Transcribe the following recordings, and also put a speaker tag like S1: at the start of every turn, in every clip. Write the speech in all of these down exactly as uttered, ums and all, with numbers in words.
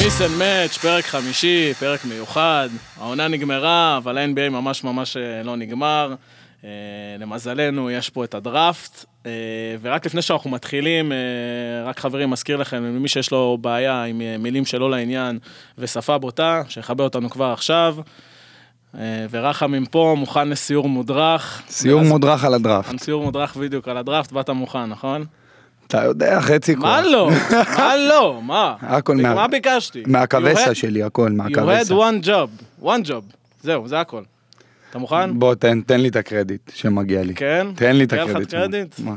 S1: מיס אנד מאץ', פרק חמישי, פרק מיוחד. העונה נגמרה, אבל ה-אן בי איי ממש ממש לא נגמר. למזלנו, יש פה את הדראפט. ורק לפני שאנחנו מתחילים, רק חברים, מזכיר לכם, מי שיש לו בעיה עם מילים שלא לעניין ושפה בוטה, שיחבר אותנו כבר עכשיו. ורחמים פה, מוכן לסיור מודרך.
S2: סיור מודרך על הדראפט.
S1: סיור מודרך בדיוק על הדראפט, באת מוכן, נכון?
S2: אתה יודע, חצי כוח.
S1: מה לא? מה לא? מה?
S2: הכל מה...
S1: מה ביקשתי?
S2: מהכבסה שלי, הכל מהכבסה.
S1: You had one job, one job. זהו, זה הכל. אתה מוכן?
S2: בוא, תן, תן לי את הקרדיט שמגיע לי.
S1: כן?
S2: תן לי את
S1: מגיע לך
S2: הקרדיט.
S1: קרדיט?
S2: מה?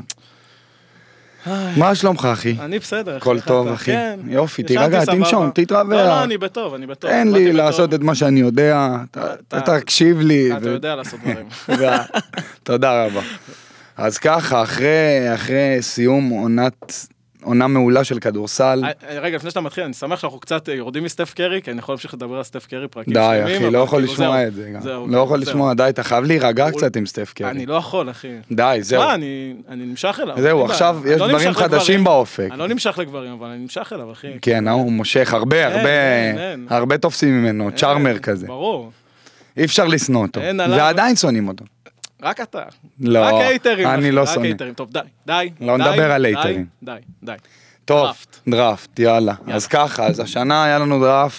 S2: מה שלומך, אחי?
S1: אני בסדר.
S2: הכל טוב, אחי.
S1: כן.
S2: יופי,
S1: ישנתי
S2: תירגע,
S1: סבבה.
S2: תנשום, תתרווח.
S1: לא, לא, אני בטוב, אני בטוב.
S2: תן
S1: באתי
S2: לי
S1: בטוב.
S2: לעשות את מה שאני יודע, אתה-
S1: אתה-
S2: אתה תקשיב לי.
S1: אתה
S2: ו-
S1: יודע לעשות דברים.
S2: ו- תודה רבה. אז ככה, אחרי אחרי סיום עונת... עונה מעולה של כדורסל.
S1: רגע, לפני שאתה מתחיל, אני שמח שאנחנו קצת יורדים מסטף קרי, כי אני יכול להמשיך לדבר על סטף קרי פרקים
S2: די,
S1: שלמים,
S2: אחי,
S1: אבל
S2: לא יכול
S1: כאילו,
S2: לשמוע
S1: זהו.
S2: את זה גם.
S1: זהו,
S2: לא יכול
S1: זהו.
S2: לשמוע, די, אתה חייב להירגע קצת עם סטף קרי.
S1: אני לא יכול, אחי.
S2: די, זהו.
S1: מה, אני אני נמשך אליו.
S2: זהו,
S1: אין בעיה.
S2: עכשיו
S1: אני
S2: יש
S1: לא
S2: דברים
S1: נמשך
S2: חדשים
S1: לגברים.
S2: באופק.
S1: אני לא נמשך לגברים, אבל אני נמשך אליו, אחי.
S2: כן, הוא מושך הרבה,
S1: אין,
S2: הרבה,
S1: אין, אין.
S2: הרבה תופסים ממנו, צ'ארמר
S1: אין,
S2: כזה.
S1: ברור.
S2: אי אפשר לשנוא אותו.
S1: אין עליו.
S2: ועדיין שונאים אותו.
S1: רק אתה.
S2: לא,
S1: רק הייטרים.
S2: אני
S1: אחי,
S2: לא
S1: רק
S2: שונא.
S1: הייטרים. טוב, די, די.
S2: לא
S1: די,
S2: נדבר על
S1: די,
S2: הייטרים.
S1: די, די.
S2: טוב,
S1: דראפט.
S2: דראפט, יאללה. אז ככה, אז השנה היה לנו דראפט.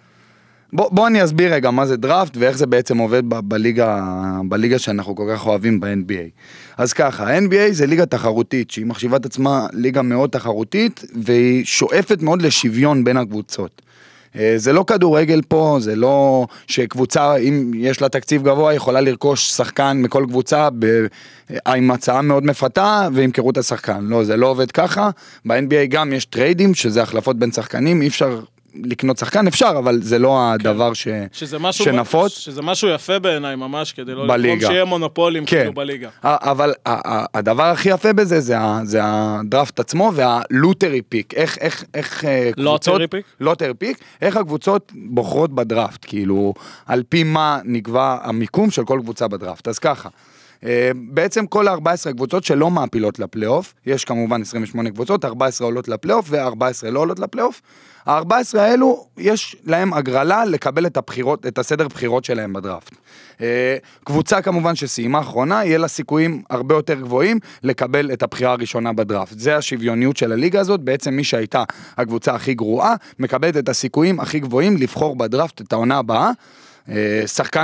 S2: בוא, בוא אני אסביר רגע מה זה דראפט ואיך זה בעצם עובד ב- בליגה, בליגה שאנחנו כל כך אוהבים ב-אן בי איי. אז ככה, ה-אן בי איי זה ליגה תחרותית, שהיא מחשיבה את עצמה ליגה מאוד תחרותית, והיא שואפת מאוד לשוויון בין הקבוצות. אה, זה לא כדורגל פה, זה לא שקבוצה, אם יש לה תקציב גבוה, יכולה לרכוש שחקן מכל קבוצה ב- עם הצעה מאוד מפתה, וימכרו את השחקן. לא, זה לא עובד ככה. ב-אן בי איי גם יש טריידים, שזה החלפות בין שחקנים, אי אפשר לקנות שחקן, אפשר, אבל זה לא הדבר ש...
S1: שזה משהו,
S2: שנפוץ.
S1: שזה משהו יפה בעיניי ממש, כדי לא
S2: בליגה.
S1: לגרום שיהיה מונופולים
S2: כן.
S1: כאילו בליגה.
S2: ה- אבל ה- ה- הדבר הכי יפה בזה זה, ה- זה הדראפט עצמו והלוטרי פיק. איך, איך, איך אה,
S1: לוטרי פיק?
S2: לוטרי פיק, איך הקבוצות בוחרות בדראפט, כאילו, על פי מה נקבע המיקום של כל קבוצה בדראפט. אז ככה, אה, בעצם כל ה-ארבע עשרה קבוצות שלא מעפילות לפלייאוף, יש כמובן עשרים ושמונה קבוצות, ארבע עשרה עולות לפלייאוף ו-ארבע עשרה לא עולות לפלייאוף. ה-ארבע עשרה האלו, יש להם הגרלה לקבל את הבחירות, את הסדר בחירות שלהם בדראפט. אה, קבוצה כמובן שסיימה האחרונה, יהיה לה סיכויים הרבה יותר גבוהים לקבל את הבחירה הראשונה בדראפט. זה השוויוניות של הליגה הזאת, בעצם מי שהייתה הקבוצה הכי גרועה, מקבלת את הסיכויים הכי גבוהים לבחור בדראפט את העונה הבאה. אה, שחקן,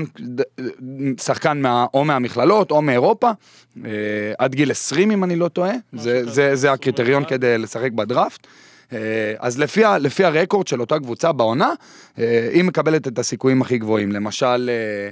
S2: שחקן מה, או מהמכללות או מאירופה, אה, עד גיל עשרים אם אני לא טועה, זה, זה, זה הקריטריון כדי לשחק בדראפט. אה, אז לפי, ה- לפי הרקורד של אותה קבוצה בעונה, אה, היא מקבלת את הסיכויים הכי גבוהים. למשל, אה,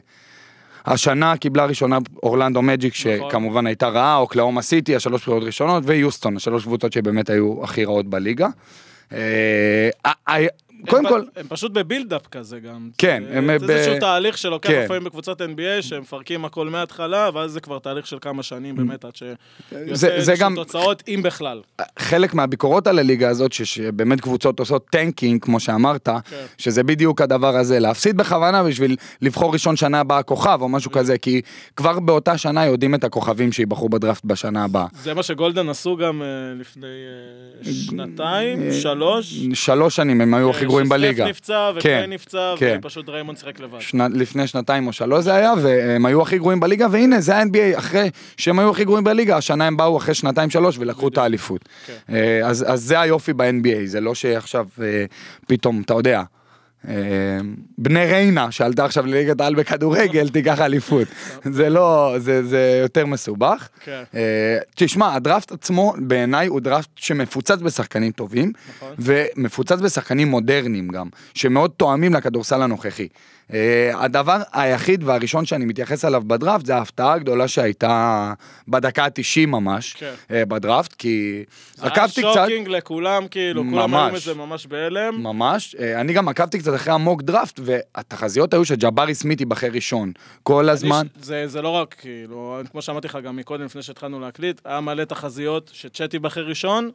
S2: השנה קיבלה ראשונה אורלנדו מג'יק, שכמובן הייתה רעה, אוקלאומה סיטי, השלוש בחירות ראשונות, ויוסטון, השלוש קבוצות שבאמת היו הכי רעות בליגה. אה, אה, אה, קודם
S1: הם
S2: כל,
S1: פ- הם פשוט בבילדאפ כזה גם.
S2: כן,
S1: זה-
S2: הם
S1: זה
S2: ב-
S1: איזשהו תהליך שלוקח
S2: כן.
S1: לפעמים בקבוצות אן בי איי, שהם מפרקים הכל מההתחלה, ואז זה כבר תהליך של כמה שנים באמת, עד
S2: זה-
S1: שיוצא
S2: זה
S1: איזשהו
S2: גם-
S1: תוצאות, אם בכלל.
S2: חלק מהביקורות על הליגה הזאת, שבאמת קבוצות עושות טנקינג, כמו שאמרת,
S1: כן.
S2: שזה בדיוק הדבר הזה, להפסיד בכוונה בשביל לבחור ראשון שנה הבאה כוכב, או משהו כזה, כי כבר באותה שנה יודעים את הכוכבים שיבחרו בדראפט בשנה הבאה.
S1: זה מה שגולדן עשו גם אה, לפני אה, שנתיים, שלוש.
S2: שלוש שנים הם היו הכי גרועים בליגה.
S1: שסטף נפצע,
S2: כן,
S1: וקיין נפצע,
S2: כן.
S1: ופשוט ריימונד שיחק לבד.
S2: שנה, לפני שנתיים או שלוש זה היה, והם היו הכי גרועים בליגה, והנה, זה ה-אן בי איי, אחרי שהם היו הכי גרועים בליגה, השנה הם באו אחרי שנתיים שלוש ולקחו את האליפות.
S1: כן.
S2: אה, אז, אז זה היופי ב-אן בי איי, זה לא שעכשיו אה, פתאום, אתה יודע, אה, בני ריינה, שעלתה עכשיו לליגת העל בכדורגל, תיקח אליפות. זה לא, זה, זה יותר מסובך.
S1: כן.
S2: אה, תשמע, הדראפט עצמו בעיניי הוא דראפט שמפוצץ בשחקנים טובים,
S1: נכון.
S2: ומפוצץ בשחקנים מודרניים גם, שמאוד תואמים לכדורסל הנוכחי. Uh, הדבר היחיד והראשון שאני מתייחס עליו בדראפט, זה ההפתעה הגדולה שהייתה בדקה ה-תשעים ממש,
S1: כן.
S2: uh, בדראפט, כי
S1: זה היה
S2: עקבתי קצת,
S1: שוקינג לכולם, כאילו, כולם
S2: ממש.
S1: היו מזה ממש בהלם.
S2: ממש, uh, אני גם עקבתי קצת אחרי המוק דראפט, והתחזיות היו שג'בארי סמית ייבחר ראשון, כל הזמן.
S1: אני- זה, זה לא רק, כאילו, כמו שאמרתי לך גם מקודם, לפני שהתחלנו להקליט, היה מלא תחזיות שצ'אט ייבחר ראשון,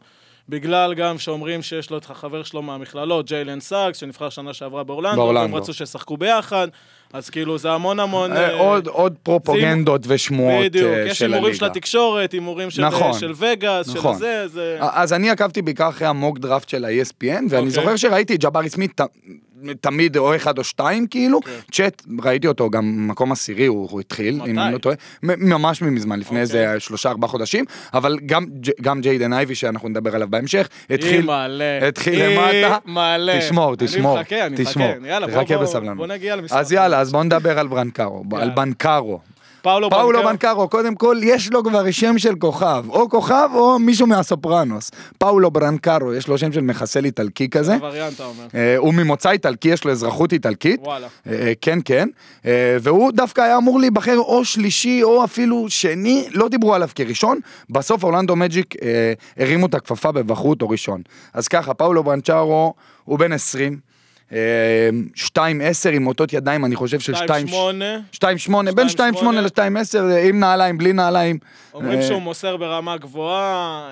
S1: בגלל גם שאומרים שיש לו את החבר שלו מהמכללות, ג'יילן סאקס, שנבחר שנה שעברה באורלנדו,
S2: באורלנדו.
S1: והם רצו שישחקו ביחד, אז כאילו זה המון המון...
S2: עוד, עוד פרופוגנדות ושמועות של הליגה.
S1: בדיוק, יש הימורים של התקשורת, הימורים של,
S2: נכון,
S1: של וגאס,
S2: נכון.
S1: של זה, זה...
S2: אז אני עקבתי בעיקר אחרי המוק דראפט של ה-E S P N, ואני
S1: אוקיי.
S2: זוכר שראיתי את ג'בארי סמית תמיד או אחד או שתיים כאילו, צ'אט, ראיתי אותו גם מקום עשירי, הוא, הוא התחיל, אם אני לא טועה, ממש מזמן, לפני איזה שלושה ארבעה חודשים, אבל גם, גם ג'יידן אייבי שאנחנו נדבר עליו בהמשך, התחיל, התחיל למטה, תשמור, תשמור, תשמור, תחכה בסבלנות.
S1: בוא נגיע למשחק.
S2: אז יאללה, אז בוא נדבר על ברנקארו, על בנקארו.
S1: פאולו,
S2: פאולו בנקארו, קודם כל, יש לו כבר שם של כוכב, או כוכב או מישהו מהסופרנוס. פאולו ברנקארו, יש לו שם של מחסל איטלקי כזה.
S1: וריאנט, אומר.
S2: הוא ממוצא איטלקי, יש לו אזרחות איטלקית.
S1: וואלה.
S2: כן, כן. והוא דווקא היה אמור להיבחר או שלישי או אפילו שני, לא דיברו עליו כראשון. בסוף אורלנדו מג'יק הרימו את הכפפה ובחרו אותו ראשון. אז ככה, פאולו ברנקארו הוא בן עשרים. שתיים עשר עם אותות ידיים, אני חושב של שתיים שמונה, בין שתיים שמונה ל-שתיים עשר, עם נעליים, בלי נעליים.
S1: אומרים שהוא מוסר ברמה גבוהה,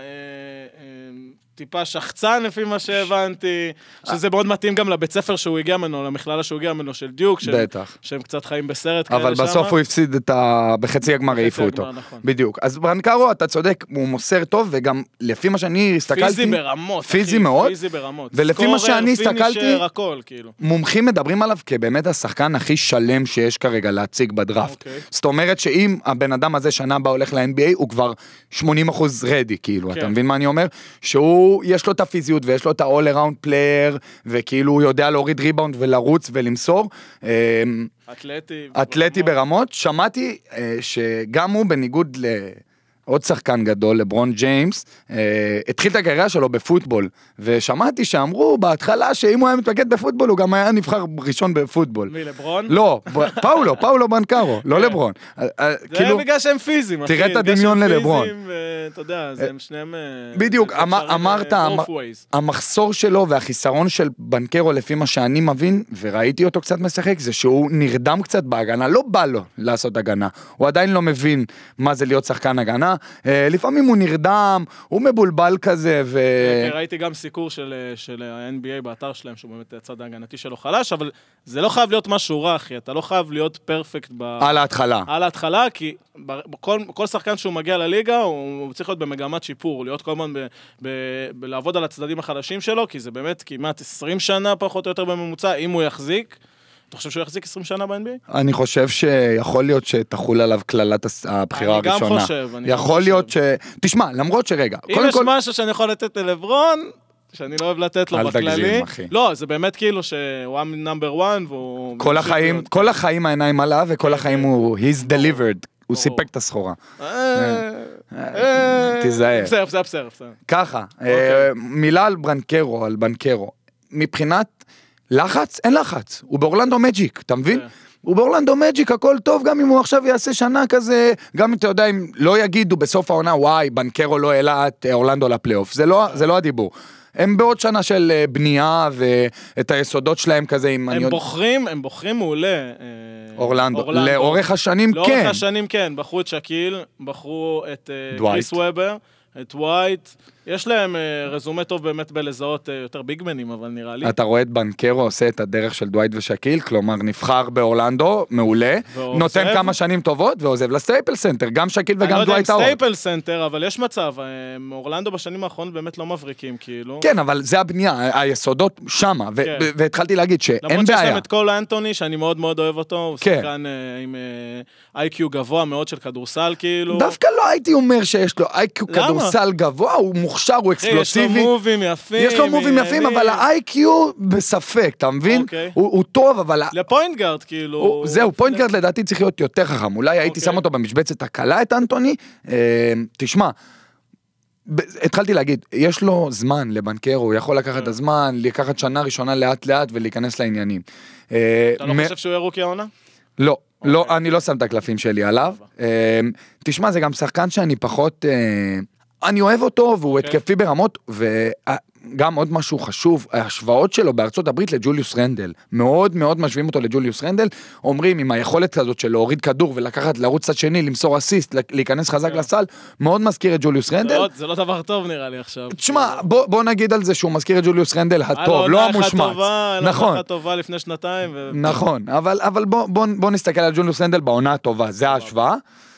S1: טיפה שחצן לפי מה שהבנתי, שזה מאוד מתאים גם לבית ספר שהוא הגיע ממנו, למכללה שהוא הגיע ממנו של דיוק, שהם קצת חיים בסרט כאלה שם.
S2: אבל בסוף הוא הפסיד את ה... בחצי הגמר העיפו אותו. בדיוק. אז ברנקארו, אתה צודק, הוא מוסר טוב, וגם לפי מה שאני הסתכלתי...
S1: פיזי ברמות.
S2: פיזי מאוד.
S1: פיזי ברמות.
S2: ולפי מה שאני הסתכלתי,
S1: כאילו.
S2: מומחים מדברים עליו כבאמת השחקן הכי שלם שיש כרגע להציג בדראפט. זאת אומרת שאם הבן אדם הזה שנה הבאה הולך ל-אן בי איי, הוא כבר שמונים אחוז רדי, כאילו, אתה מבין מה אני אומר? שהוא יש לו את הפיזיות ויש לו את ה-all around player, וכאילו הוא יודע להוריד ריבאונד ולרוץ ולמסור.
S1: אתלטי.
S2: אתלטי ברמות. שמעתי שגם הוא בניגוד לעוד שחקן גדול, לברון ג'יימס, התחיל את הקריירה שלו בפוטבול, ושמעתי שאמרו בהתחלה שאם הוא היה מתמקד בפוטבול, הוא גם היה נבחר ראשון בפוטבול.
S1: מי, לברון?
S2: לא, פאולו, פאולו בנקארו, לא לברון.
S1: זה בגלל שהם פיזיים, אחי.
S2: תראה את הדמיון ללברון.
S1: אתה יודע, הם שניהם...
S2: בדיוק, אמרת, המחסור שלו והחיסרון של בנקרו, לפי מה שאני מבין, וראיתי אותו קצת משחק, זה שהוא נרדם קצת בהגנה, לא בא לו לעשות הגנה, הוא עדיין לא מבין מה זה להיות שחקן הגנה, לפעמים הוא נרדם, הוא מבולבל כזה, ו...
S1: ראיתי גם סיקור של ה-אן בי איי באתר שלהם, שהוא באמת הצד ההגנתי שלו חלש, אבל זה לא חייב להיות משהו רע, אחי, אתה לא חייב להיות פרפקט ב...
S2: על ההתחלה.
S1: על ההתחלה, כי כל, כל שחקן שהוא מגיע לליגה, הוא צריך להיות במגמת שיפור, להיות כל הזמן בלעבוד על הצדדים החלשים שלו, כי זה באמת כמעט עשרים שנה פחות או יותר בממוצע, אם הוא יחזיק. אתה חושב שהוא יחזיק עשרים שנה ב-אן בי איי?
S2: אני חושב שיכול להיות שתחול עליו כללת הבחירה הראשונה.
S1: אני גם חושב.
S2: יכול להיות ש... תשמע, למרות שרגע...
S1: אם יש משהו שאני יכול לתת ללברון, שאני לא אוהב לתת לו בכללי. אל תגזים, אחי. לא, זה באמת כאילו שהוא נאמבר וואן, והוא...
S2: כל החיים, כל החיים העיניים עליו, וכל החיים הוא... he's delivered. הוא סיפק את הסחורה. תיזהר.
S1: בסדר, בסדר, בסדר.
S2: ככה, מילה על ברנקרו, על בנקרו. מבחינת לחץ, אין לחץ. הוא באורלנדו מג'יק, אתה מבין? הוא באורלנדו מג'יק, הכל טוב, גם אם הוא עכשיו יעשה שנה כזה, גם אם אתה יודע, אם לא יגידו בסוף העונה, וואי, בנקרו לא העלה את אורלנדו לפלייאוף. זה לא, זה לא הדיבור. הם בעוד שנה של בנייה, ואת היסודות שלהם כזה, אם
S1: הם בוחרים, הם בוחרים מעולה.
S2: אורלנדו. לאורך השנים, כן.
S1: לאורך השנים, כן. בחרו את שקיל, בחרו את קריס וובר, את ווייט. יש להם רזומה טוב באמת בלזהות יותר ביגמנים, אבל נראה לי.
S2: אתה רואה את בנקרו עושה את הדרך של דווייט ושקיל, כלומר נבחר באורלנדו, מעולה, נותן כמה שנים טובות, ועוזב לסטייפל סנטר, גם שקיל וגם דווייט האור.
S1: אני לא יודע אם סטייפל סנטר, אבל יש מצב, אורלנדו בשנים האחרונות באמת לא מבריקים, כאילו.
S2: כן, אבל זה הבנייה, היסודות שמה, והתחלתי להגיד שאין בעיה.
S1: למרות שיש להם את קול אנטוני, שאני מאוד מאוד אוהב אותו, הוא שחקן עם איי קיו גבוה מאוד של כדורסל, כאילו.
S2: דווקא לא הייתי אומר שיש לו איי קיו כדורסל גבוה, הוא מוכשר, הוא אקספלוסיבי.
S1: יש לו מובים יפים.
S2: יש לו מובים יפים, אבל ה-איי קיו בספק, אתה מבין? הוא טוב, אבל...
S1: לפוינט גארד, כאילו...
S2: זהו, פוינט גארד לדעתי צריך להיות יותר חכם. אולי הייתי שם אותו במשבצת הקלה את אנטוני. תשמע, התחלתי להגיד, יש לו זמן לבנקרו, הוא יכול לקחת את הזמן, לקחת שנה ראשונה לאט לאט ולהיכנס לעניינים.
S1: אתה לא חושב שהוא יהיה רוקי העונה?
S2: לא. לא, אני לא שם את הקלפים שלי עליו. תשמע, זה גם שחקן שאני פחות... אני אוהב אותו, והוא התקפי ברמות, וגם עוד משהו חשוב, ההשוואות שלו בארצות הברית לג'וליוס רנדל, מאוד מאוד משווים אותו לג'וליוס רנדל, אומרים עם היכולת הזאת של להוריד כדור ולקחת לרוץ צד שני, למסור אסיסט, להיכנס חזק לסל, מאוד מזכיר את ג'וליוס רנדל.
S1: זה לא דבר טוב נראה לי עכשיו.
S2: תשמע, בוא נגיד על זה שהוא מזכיר את ג'וליוס רנדל הטוב, לא המושמץ.
S1: נכון. היה לו טובה לפני שנתיים.
S2: נכון, אבל בוא נסתכל על ג'וליוס רנדל בעונה הטובה, זה ההשוואה.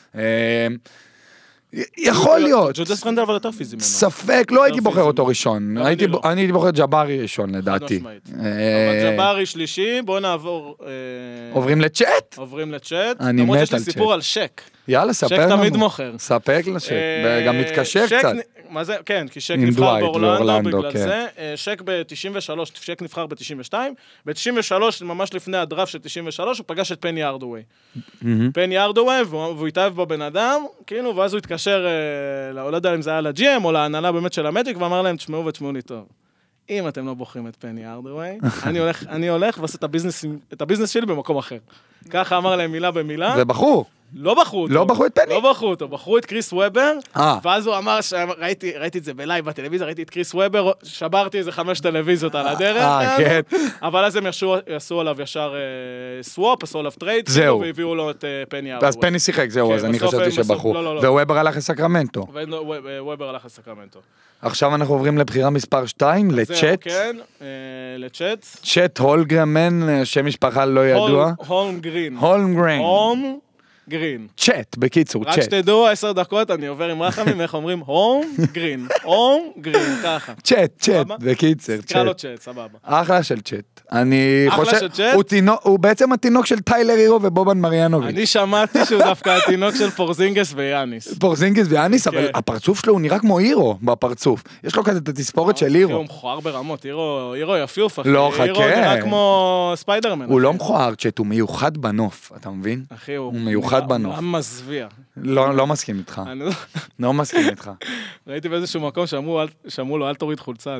S2: יכול להיות.
S1: ג'וליוס רנדל אבל יותר פיזי ממנו.
S2: ספק, לא הייתי בוחר אותו ראשון. אני הייתי בוחר ג'בארי ראשון לדעתי.
S1: אבל ג'בארי שלישי, בואו נעבור...
S2: עוברים לצ'אט?
S1: עוברים לצ'אט.
S2: אני מת על צ'אט.
S1: למרות שיש לי סיפור על שק.
S2: יאללה, ספר לנו.
S1: שק תמיד מוכר.
S2: ספק לשק, וגם מתקשר קצת.
S1: מה זה? כן, כי שק נבחר באורלנדו בגלל זה. שק ב-תשעים ושלוש, שק נבחר ב-תשעים ושתיים. ב-תשעים ושלוש, ממש לפני הדראפט של תשעים ושלוש, הוא פגש את פני ארדווי. פני ארדווי, והוא התאהב בבן אדם, כאילו, ואז הוא התקשר, לא יודע אם זה היה לג'י אם או להנהלה באמת של המג'יק, ואמר להם, תשמעו ותשמעו לי טוב. אם אתם לא בוחרים את פני ארדווי, אני הולך, אני הולך ועושה את הביזנס שלי במקום אחר. ככה אמר להם מילה במילה.
S2: ובחרו.
S1: לא בחרו אותו.
S2: לא בחרו את פני?
S1: לא בחרו אותו, בחרו את קריס וובר, ואז הוא אמר, ראיתי, ראיתי את זה בלייב בטלוויזיה, ראיתי את קריס וובר, שברתי איזה חמש טלוויזיות על הדרך,
S2: כן.
S1: אבל אז הם יעשו עליו ישר סוואפ, עשו עליו טרייד,
S2: זהו.
S1: והביאו לו את פני ארדווי.
S2: ואז פני שיחק, זהו, אז אני חשבתי שבחרו. ווובר הלך לסקרמנטו.
S1: וובר הלך לסקרמנטו.
S2: עכשיו אנחנו עוברים לבחירה מספר שתיים, לצ'אט.
S1: כן, לצ'אט.
S2: צ'אט הולגרמן, שם משפחה לא ידוע.
S1: הולמגרין.
S2: הולמגרין.
S1: גרין.
S2: צ'אט, בקיצור, צ'אט.
S1: רק שתדעו, עשר דקות, אני עובר עם רחמים, איך אומרים? הום גרין. הום גרין, ככה.
S2: צ'אט, צ'אט, בקיצר, צ'אט.
S1: תקרא לו צ'אט, סבבה.
S2: אחלה של צ'אט. אני חושב...
S1: אחלה של צ'אט?
S2: הוא בעצם התינוק של טיילר הירו ובובן מריאנוביץ'.
S1: אני שמעתי שהוא דווקא התינוק של פורזינגס ויאניס.
S2: פורזינגס ויאניס, אבל הפרצוף שלו הוא נראה כמו הירו בפרצוף. יש לו כזה את התספורת של הירו.
S1: הוא מכוער ברמות, הירו יפיוף, אחי.
S2: לא, חכה.
S1: הירו נראה כמו ספיידרמן.
S2: הוא לא מכוער, צ'אט, הוא מיוחד בנוף, אתה מבין?
S1: אחי, הוא
S2: מיוחד בנוף.
S1: מזוויע.
S2: לא, לא מסכים איתך. לא מסכים איתך.
S1: ראיתי באיזשהו מקום שאמרו לו, אל תוריד חולצה.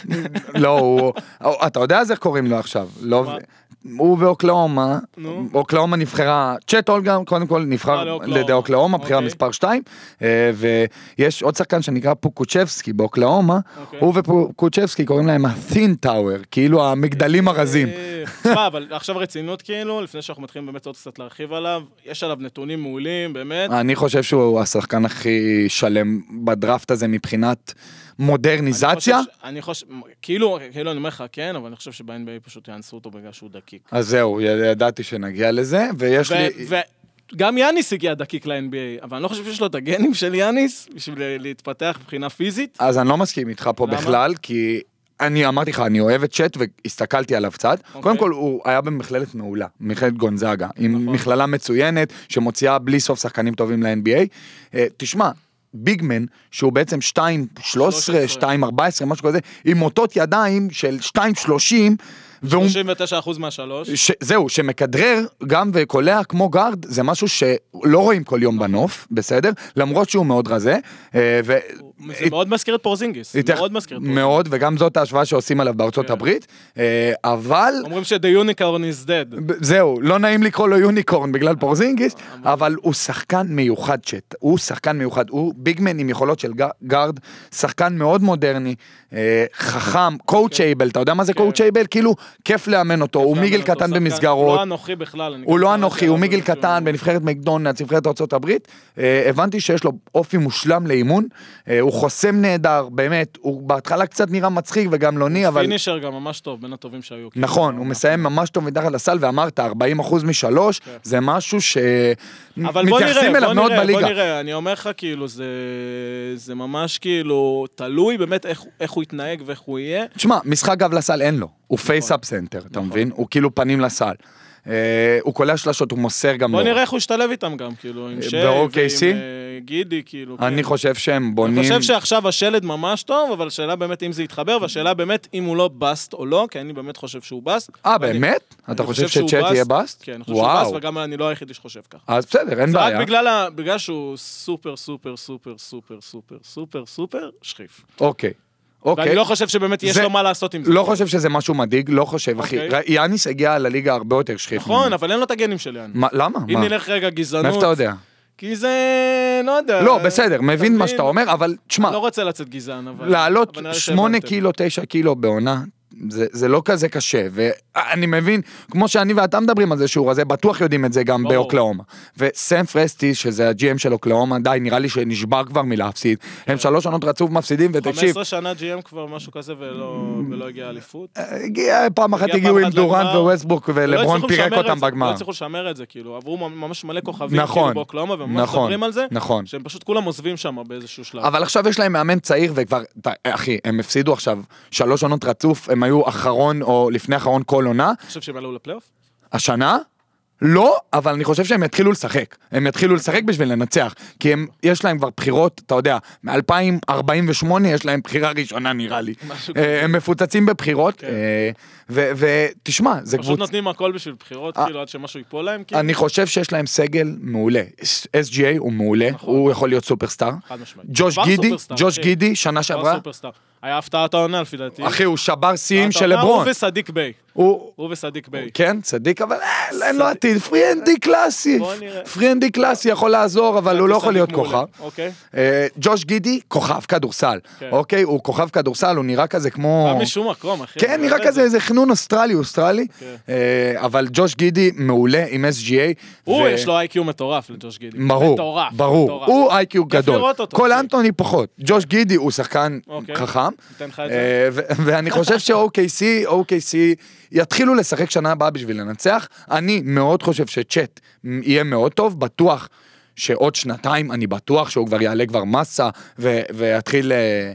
S2: לא, הוא... אתה יודע אז איך קוראים לו עכשיו? הוא באוקלאומה, אוקלאומה נבחרה, צ'אט הולגרמן קודם כל נבחר לידי אוקלאומה, בחירה מספר שתיים, ויש עוד שחקן שנקרא פוקוצ'בסקי באוקלאומה, הוא ופוקוצ'בסקי קוראים להם ה-thin tower, כאילו המגדלים הרזים.
S1: תשמע, אבל עכשיו רצינות כאילו, לפני שאנחנו מתחילים באמת עוד קצת להרחיב עליו, יש עליו נתונים מעולים, באמת.
S2: אני חושב שהוא השחקן הכי שלם בדראפט הזה מבחינת מודרניזציה.
S1: אני חושב, כאילו, כאילו אני אומר לך כן, אבל אני חושב שב-אן בי איי פשוט יאנסו אותו בגלל שהוא דקיק.
S2: אז זהו, ידעתי שנגיע לזה, ויש לי...
S1: גם יאניס הגיע דקיק ל-אן בי איי, אבל אני לא חושב שיש לו את הגנים של יאניס, בשביל להתפתח מבחינה פיזית.
S2: אז אני לא מסכים איתך פה בכלל, כי... אני אמרתי לך, אני אוהב את צ'אט והסתכלתי עליו קצת. Okay. קודם כל, הוא היה במכללת מעולה, מכללת גונזאגה, עם נכון. מכללה מצוינת, שמוציאה בלי סוף שחקנים טובים ל-אן בי איי. Uh, תשמע, ביגמן, שהוא בעצם שתיים שלוש עשרה, שתיים ארבע עשרה, משהו כזה, עם מוטות ידיים של שתיים שלושים,
S1: שלושים ותשע אחוז מהשלוש.
S2: ש... זהו, שמכדרר גם וקולע כמו גארד, זה משהו שלא רואים כל יום בנוף, בסדר? למרות שהוא מאוד רזה. ו...
S1: זה מאוד מזכיר את פורזינגיס. מאוד מזכיר את פורזינגיס.
S2: מאוד, וגם זאת ההשוואה שעושים עליו בארצות הברית. אבל...
S1: אומרים ש-the unicorn is dead.
S2: זהו, לא נעים לקרוא לו יוניקורן בגלל פורזינגיס, אבל הוא שחקן מיוחד צ'אט. הוא שחקן מיוחד. הוא ביגמן עם יכולות של גארד, שחקן מאוד מודרני, חכם, קואוצ'ייבל. אתה יודע מה זה קואוצ'ייבל? כאילו, כיף לאמן אותו. הוא מיגל קטן במסגרות.
S1: הוא לא אנוכי בכלל.
S2: הוא לא אנוכי, הוא מיגל קטן בנבחרת מקדונלדס, נבחרת ארצות הברית. הבנתי שיש לו אופי מושלם לאימון. הוא חוסם נהדר, באמת. הוא בהתחלה קצת נראה מצחיק וגם לא ני, אבל...
S1: פינישר גם ממש טוב, בין הטובים שהיו.
S2: נכון, הוא מסיים ממש טוב מתחת לסל, ואמרת, ארבעים אחוז משלוש, זה משהו שמתייחסים אליו מאוד בליגה.
S1: בוא נראה, אני אומר לך, כאילו, זה ממש כאילו, תלוי באמת איך הוא יתנהג ואיך הוא יהיה.
S2: תשמע, משחק גב לסל אין לו, הוא פייס-אפ סנטר, אתה מבין? הוא כאילו פנים לסל. הוא קולע שלשות, הוא מוסר גם לו.
S1: בוא נראה איך הוא ישתלב איתם גם, כאילו, עם שי ועם גידי, כאילו.
S2: אני חושב שהם בונים...
S1: אני חושב שעכשיו השלד ממש טוב, אבל השאלה באמת אם זה יתחבר, והשאלה באמת אם הוא לא בסט או לא, כי אני באמת חושב שהוא בסט.
S2: אה, באמת? אתה חושב שצ'אט יהיה בסט?
S1: כן, אני חושב שהוא בסט, וגם אני לא היחידי שחושב ככה.
S2: אז בסדר, אין בעיה.
S1: זה רק בגלל שהוא סופר, סופר, סופר, סופר, סופר, סופר, סופר, שחיף.
S2: אוקיי.
S1: ואני לא חושב שבאמת יש לו מה לעשות עם זה.
S2: לא חושב שזה משהו מדאיג, לא חושב, אחי. יאניס הגיע לליגה הרבה יותר שכיף.
S1: נכון, אבל אין לו את הגנים של יאניס.
S2: למה?
S1: אם נלך רגע גזענות...
S2: מאיפה אתה יודע?
S1: כי זה, לא יודע.
S2: לא, בסדר, מבין מה שאתה אומר, אבל תשמע,
S1: אני לא רוצה לצאת גזען, אבל...
S2: לעלות שמונה קילו, תשע קילו בעונה, זה, זה לא כזה קשה, ואני מבין, כמו שאני ואתה מדברים על זה שיעור הזה, בטוח יודעים את זה גם
S1: ברור.
S2: באוקלאומה. וסם פרסטי, שזה הג'י אם של אוקלאומה, די, נראה לי שנשבר כבר מלהפסיד. הם שלוש עונות רצוף מפסידים, ותקשיב...
S1: חמש עשרה שנה ג'י אם כבר משהו כזה, ולא, ולא הגיע אליפות.
S2: הגיע, פעם אחת הגיעו עם דורנט וווסטברוק, ולברון פירק אותם בגמר.
S1: לא הצליחו לשמר את זה, כאילו, עברו ממש מלא כוכבים,
S2: נכון,
S1: כאילו, באוקלאומה, וממש
S2: נכון,
S1: מדברים על זה,
S2: נכון.
S1: שהם פשוט כולם עוזבים שם באיזשהו שלב.
S2: אבל עכשיו יש להם מאמן צעיר, וכבר, אחי, הם הפסידו עכשיו שלוש עונות רצוף, הם היו אחרון או לפני אחרון כל עונה.
S1: אתה חושב שהם עלו לפלייאוף?
S2: השנה? לא, אבל אני חושב שהם יתחילו לשחק. הם יתחילו לשחק בשביל לנצח. כי הם, יש להם כבר בחירות, אתה יודע, מ-אלפיים ארבעים ושמונה יש להם בחירה ראשונה נראה לי. הם מפוצצים בבחירות, ותשמע, זה קבוצה...
S1: פשוט נותנים הכל בשביל בחירות, כאילו, עד שמשהו ייפול להם, כאילו.
S2: אני חושב שיש להם סגל מעולה. אס ג'י איי הוא מעולה, הוא יכול להיות סופרסטאר.
S1: חד משמעית.
S2: ג'וש גידי, ג'וש גידי, שנה שעברה.
S1: היה הפתעת העונה לפי דעתי.
S2: אחי, הוא שבר שיאים של לברון.
S1: הוא וסדיק ביי.
S2: הוא...
S1: הוא וסדיק ביי.
S2: כן, צדיק, אבל אין לו עתיד. פריאנדי קלאסי. פריאנדי קלאסי יכול לעזור, אבל הוא לא יכול להיות כוכב. ג'וש גידי, כוכב כדורסל. אוקיי? הוא כוכב כדורסל, הוא נראה כזה כמו...
S1: בא משום מקום, אחי.
S2: כן, נראה כזה איזה חנון אוסטרלי, אוסטרלי. אבל ג'וש גידי מעולה עם אס ג'י איי.
S1: הוא, יש לו איי קיו מטורף לג'וש גידי.
S2: ברור, ברור. הוא איי קיו גדול. כל אנטוני פחות. ג'וש גידי הוא שחקן חכם. ואני חושב ש-או קיי סי, או קיי סי יתחילו לשחק שנה הבאה בשביל לנצח. אני מאוד חושב שצ'אט יהיה מאוד טוב, בטוח שעוד שנתיים, אני בטוח שהוא כבר יעלה כבר מסה, ויתחיל,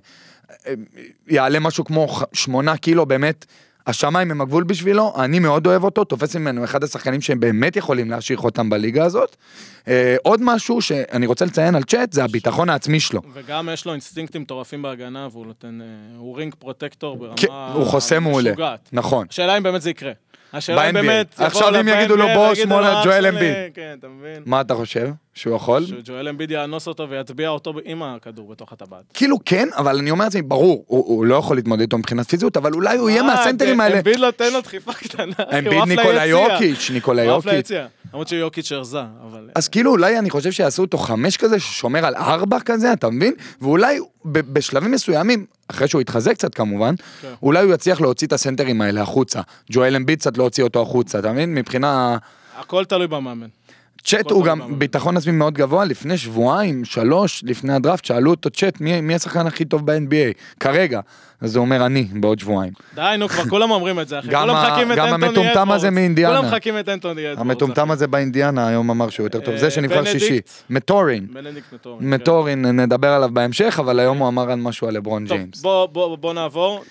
S2: יעלה משהו כמו שמונה קילו, באמת, השמיים הם הגבול בשבילו, אני מאוד אוהב אותו, תופס ממנו אחד השחקנים שהם באמת יכולים להשאיר אותם בליגה הזאת. עוד משהו שאני רוצה לציין על צ'אט, זה הביטחון העצמי שלו.
S1: וגם יש לו אינסטינקטים מטורפים בהגנה, והוא נותן, הוא רינג פרוטקטור ברמה
S2: הוא חוסה מעולה, נכון.
S1: השאלה אם באמת זה יקרה. השאלה אם באמת...
S2: עכשיו אם יגידו לו בוא שמאלה ג'ואל אמביד.
S1: כן, אתה מבין?
S2: מה אתה חושב? שהוא יכול?
S1: שג'ואל אמביד יאנוס אותו ויטביע אותו עם הכדור בתוך הטבעת.
S2: כאילו כן, אבל אני אומר את זה, ברור, הוא לא יכול להתמודד איתו מבחינת פיזיות, אבל אולי הוא יהיה מהסנטרים האלה.
S1: אמביד לא תן לו דחיפה קטנה.
S2: אמביד ניקולה יוקיץ', ניקולה יוקיץ'.
S1: למרות שיוקיץ' הרזה, אבל...
S2: אז כאילו אולי אני חושב שיעשו אותו חמש כזה, ששומר על ארבע כזה, אתה מבין? ואולי בשלבים מסוימים, אחרי שהוא יתחזק קצת כמובן, אולי הוא יצליח להוציא את הסנטרים האלה החוצה. ג'ואל אמביד קצת להוציא אותו החוצה, אתה מבין? מבחינה...
S1: הכל תלוי במאמן.
S2: צ'אט הוא גם ביטחון עצמי מאוד גבוה, לפני שבועיים, שלוש, לפני הדראפט, שאלו אותו צ'אט, מי, מי השחקן הכי טוב ב-אן בי איי? כרגע. אז הוא אומר אני, בעוד שבועיים.
S1: די, נו, כבר כולם אומרים את זה, אחי.
S2: גם, ה, גם המטומטם הזה מאינדיאנה.
S1: כולם מחכים את אנטוני אדוורדס.
S2: המטומטם הזה באינדיאנה, היום אמר שהוא יותר טוב. זה שנבחר שישי. מטורין. מטורין, נדבר עליו בהמשך, אבל היום הוא אמר על משהו על לברון ג'יימס.
S1: בוא, בוא, בוא נעבור.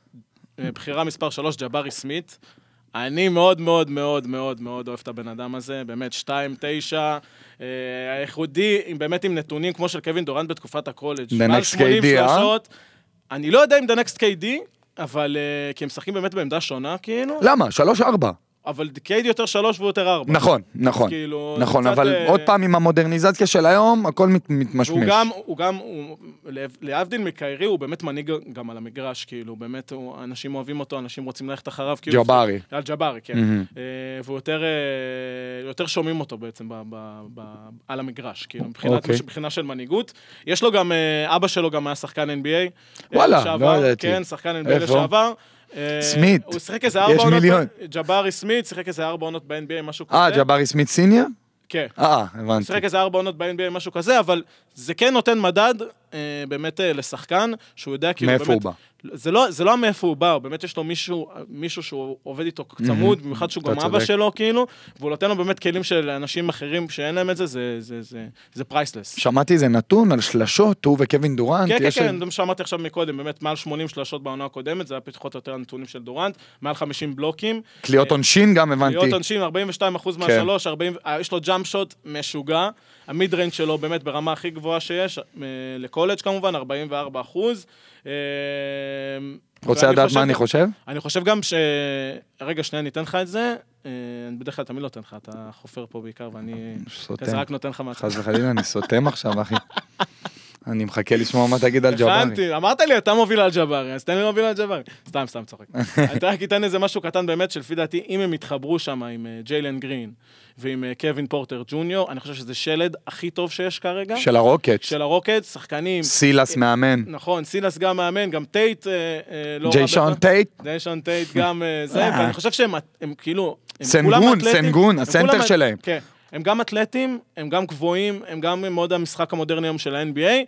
S1: בחירה מספר שלוש, ג'בארי סמית. אני מאוד מאוד מאוד מאוד מאוד אוהב את הבן אדם הזה, באמת שתיים תשע, האיכודי, באמת עם נתונים כמו של קווין דורנט בתקופת הקולג'.
S2: The next קיי די, אה?
S1: אני לא יודע אם the next קיי די, אבל כי הם משחקים באמת בעמדה שונה, כאילו.
S2: למה? שלוש ארבע.
S1: אבל קיי די יותר שלוש והוא יותר ארבע.
S2: נכון, נכון, נכון, אבל עוד פעם עם המודרניזציה של היום, הכל מתמשמש.
S1: הוא גם, הוא גם, להבדיל מקיירי, הוא באמת מנהיג גם על המגרש, כאילו, באמת, אנשים אוהבים אותו, אנשים רוצים ללכת אחריו.
S2: ג'בארי.
S1: ג'בארי, כן. והוא יותר שומעים אותו בעצם על המגרש, כאילו, מבחינה של מנהיגות. יש לו גם, אבא שלו גם היה שחקן אן בי איי.
S2: וואלה, לא ידעתי.
S1: כן, שחקן אן בי איי לשעבר.
S2: סמית,
S1: הוא שיחק איזה ארבע עונות, ג'בארי סמית, שיחק איזה ארבע עונות ב-אן בי איי, משהו כזה.
S2: אה, ג'בארי סמית סיניור?
S1: כן.
S2: אה, הבנתי.
S1: שיחק איזה ארבע עונות ב-אן בי איי, משהו כזה, אבל זה כן נותן מדד באמת לשחקן, שהוא יודע כאילו
S2: באמת... מאיפה הוא בא?
S1: זה לא, זה לא מאיפה הוא בא, הוא באמת יש לו מישהו, מישהו שהוא עובד איתו צמוד, במיוחד שהוא גם אבא שלו, כאילו, והוא נותן לו באמת כלים של אנשים אחרים שאין להם את זה, זה, זה, זה, זה פרייסלס.
S2: שמעתי איזה נתון על שלשות, הוא וקווין דורנט.
S1: כן, כן, כן, שמעתי עכשיו מקודם, באמת מעל שמונים שלשות בעונה הקודמת, זה היה פתחות יותר הנתונים של דורנט, מעל חמישים בלוקים.
S2: קליעות עונשין גם הבנתי.
S1: קליעות עונשין, ארבעים ושתיים אחוז מהשלוש, יש לו ג'אמפ שוט משוגע, המיד ריינג' שלו באמת ברמה הכי גבוהה שיש, לקולג' כמובן, ארבעים וארבעה אחוז.
S2: רוצה לדעת מה אני חושב?
S1: אני חושב גם ש... רגע, שנייה, אני אתן לך את זה. אני בדרך כלל תמיד לא אתן לך, אתה חופר פה בעיקר, ואני כזה רק נותן לך מעצמך.
S2: חס וחלילה, אני סותם עכשיו, אחי. אני מחכה לשמוע מה תגיד על ג'בארי.
S1: הכנתי, אמרת לי, אתה מוביל על ג'בארי, אז תן לי להוביל על ג'בארי. סתם, סתם צוחק. אתה רק איתן איזה משהו קטן באמת, שלפי דעתי, אם הם יתחברו שם עם ג'יילן גרין, ועם קווין פורטר ג'וניור, אני חושב שזה שלד הכי טוב שיש כרגע.
S2: של הרוקט.
S1: של הרוקט, שחקנים.
S2: סילס מאמן.
S1: נכון, סילס גם מאמן, גם טייט, לא רע.
S2: ג'יישון טייט.
S1: ג'יישון טייט גם זה, ואני חושב שהם כאילו...
S2: סנגון, סנגון, הסנטר שלהם.
S1: כן, הם גם אתלטים, הם גם גבוהים, הם גם מאוד המשחק המודרני היום של ה-אן בי איי,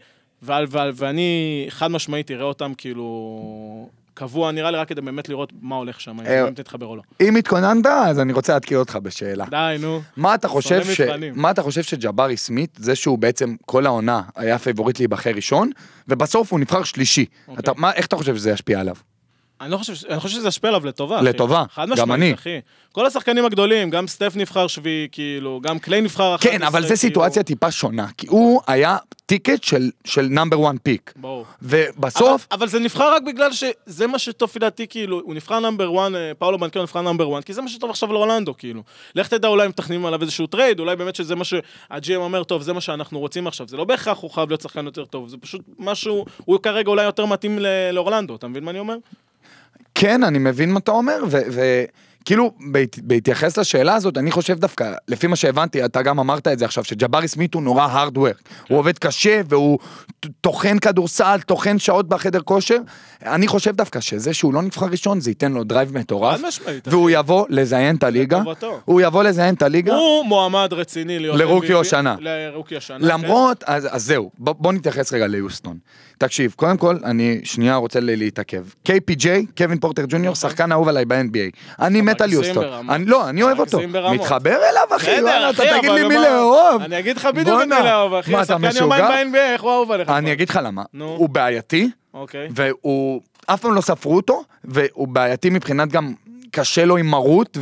S1: ואני חד משמעית אראה אותם כאילו... קבוע, נראה לי רק כדי באמת לראות מה הולך שם, אם באמת תתחבר או לא.
S2: אם התכוננת, אז אני רוצה להתקיע אותך בשאלה.
S1: די, נו.
S2: מה אתה חושב ש... מה אתה חושב שג'בארי סמית, זה שהוא בעצם כל העונה היה פייבוריט להיבחר ראשון, ובסוף הוא נבחר שלישי. איך אתה חושב שזה ישפיע עליו?
S1: אני לא חושב, אני חושב שזה ישפיע עליו לטובה.
S2: לטובה, גם אני.
S1: כל השחקנים הגדולים, גם סטף נבחר שביעי, כאילו, גם קליי נבחר אחת.
S2: כן, אבל זו סיטואציה טיפה שונה, כי הוא היה טיקט של נאמבר וואן פיק.
S1: ברור.
S2: ובסוף...
S1: אבל זה נבחר רק בגלל שזה מה שטוב לדעתי, כאילו, הוא נבחר נאמבר וואן, פאולו בנקר נבחר נאמבר וואן, כי זה מה שטוב עכשיו לאורלנדו, כאילו. לך תדע, אולי הם תכננים עליו איזשהו טרייד, אולי באמת שזה מה שהג'י אם אומר, טוב, זה מה שאנחנו רוצים עכשיו. זה לא בהכרח הוא חייב להיות שחקן יותר טוב, זה פשוט משהו, הוא כרגע אולי יותר מתאים לאורלנדו, אתה מבין מה אני אומר?
S2: כן, אני מבין מה אתה אומר, וכאילו, בהתייחס לשאלה הזאת, אני חושב דווקא, לפי מה שהבנתי, אתה גם אמרת את זה עכשיו, שג'בארי סמית הוא נורא hard work, הוא עובד קשה, והוא תוכן כדורסל, תוכן שעות בחדר כושר, אני חושב דווקא שזה שהוא לא נבחר ראשון, זה ייתן לו דרייב מטורף, והוא יבוא לזיין את הליגה, הוא יבוא לזיין את הליגה,
S1: הוא מועמד רציני להיות
S2: לרוקי השנה,
S1: לרוקי השנה,
S2: למרות, אז זהו, בוא נתייחס רגע ליוסטון. תקשיב, קודם כל, אני שנייה רוצה להתעכב. קיי פי ג'יי, קווין פורטר ג'וניור, שחקן אהוב עליי ב-אן בי איי. אני מת על יוסטון. לא, אני אוהב אותו. מתחבר אליו, אחי. אתה תגיד לי מי לאהוב.
S1: אני אגיד לך בדיוק מי לאהוב, אחי. שחקן יומיים ב-אן בי איי, איך הוא אהוב עליך?
S2: אני אגיד לך למה. הוא בעייתי, והוא... אף פעם לא ספרו אותו, והוא בעייתי מבחינת גם... קשה לו עם מרות,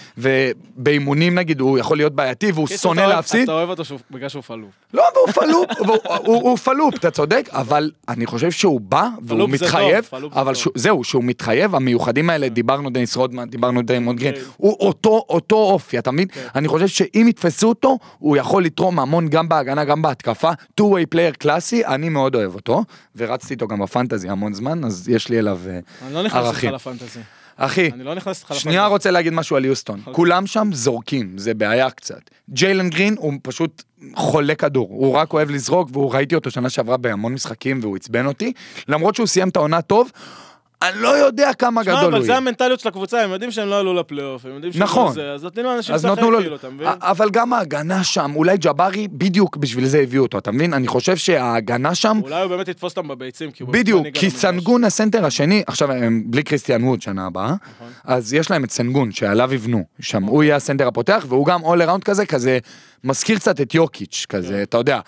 S2: ובאימונים נגיד הוא יכול להיות בעייתי, והוא שונא להפסיד.
S1: אתה אוהב אותו בגלל שהוא פלופ.
S2: לא, הוא פלופ, הוא פלופ, אתה צודק, אבל אני חושב שהוא בא, והוא מתחייב, אבל זהו, שהוא מתחייב, המיוחדים האלה, דיברנו דניס רודמן, דיברנו דיימונד גרין, הוא אותו אופי, אתה מבין? אני חושב שאם יתפסו אותו, הוא יכול לתרום המון גם בהגנה, גם בהתקפה, two-way player קלאסי, אני מאוד אוהב אותו, ורצתי איתו גם בפנטזי המון זמן, אז יש לי אליו ערכים.
S1: אני לא נכנס לך לפנטזי.
S2: אחי, שנייה רוצה להגיד משהו על יוסטון. כולם שם זורקים, זה בעיה קצת. ג'יילן גרין הוא פשוט חולה כדור, הוא רק אוהב לזרוק, והוא ראיתי אותו שנה שעברה בהמון משחקים, והוא עצבן אותי, למרות שהוא סיים את העונה טוב, אני לא יודע כמה גדול הוא יהיה.
S1: אבל זה המנטליות של הקבוצה, הם יודעים שהם לא עלו לפלייאוף, הם יודעים שהם לא זה, אז נותנים לאנשים לשחק כאילו, אתה מבין?
S2: אבל גם ההגנה שם, אולי ג'בארי בדיוק בשביל זה הביאו אותו, אתה מבין? אני חושב שההגנה שם...
S1: אולי הוא באמת יתפוס אותם בביצים,
S2: בדיוק, כי סנגון הסנטר השני, עכשיו הם בלי קריסטיאן ווד שנה הבאה, אז יש להם את סנגון שעליו יבנו, שם הוא יהיה הסנטר הפותח, והוא גם all around כזה, כזה מזכיר קצת את יוקיץ' כזה, אתה יודע,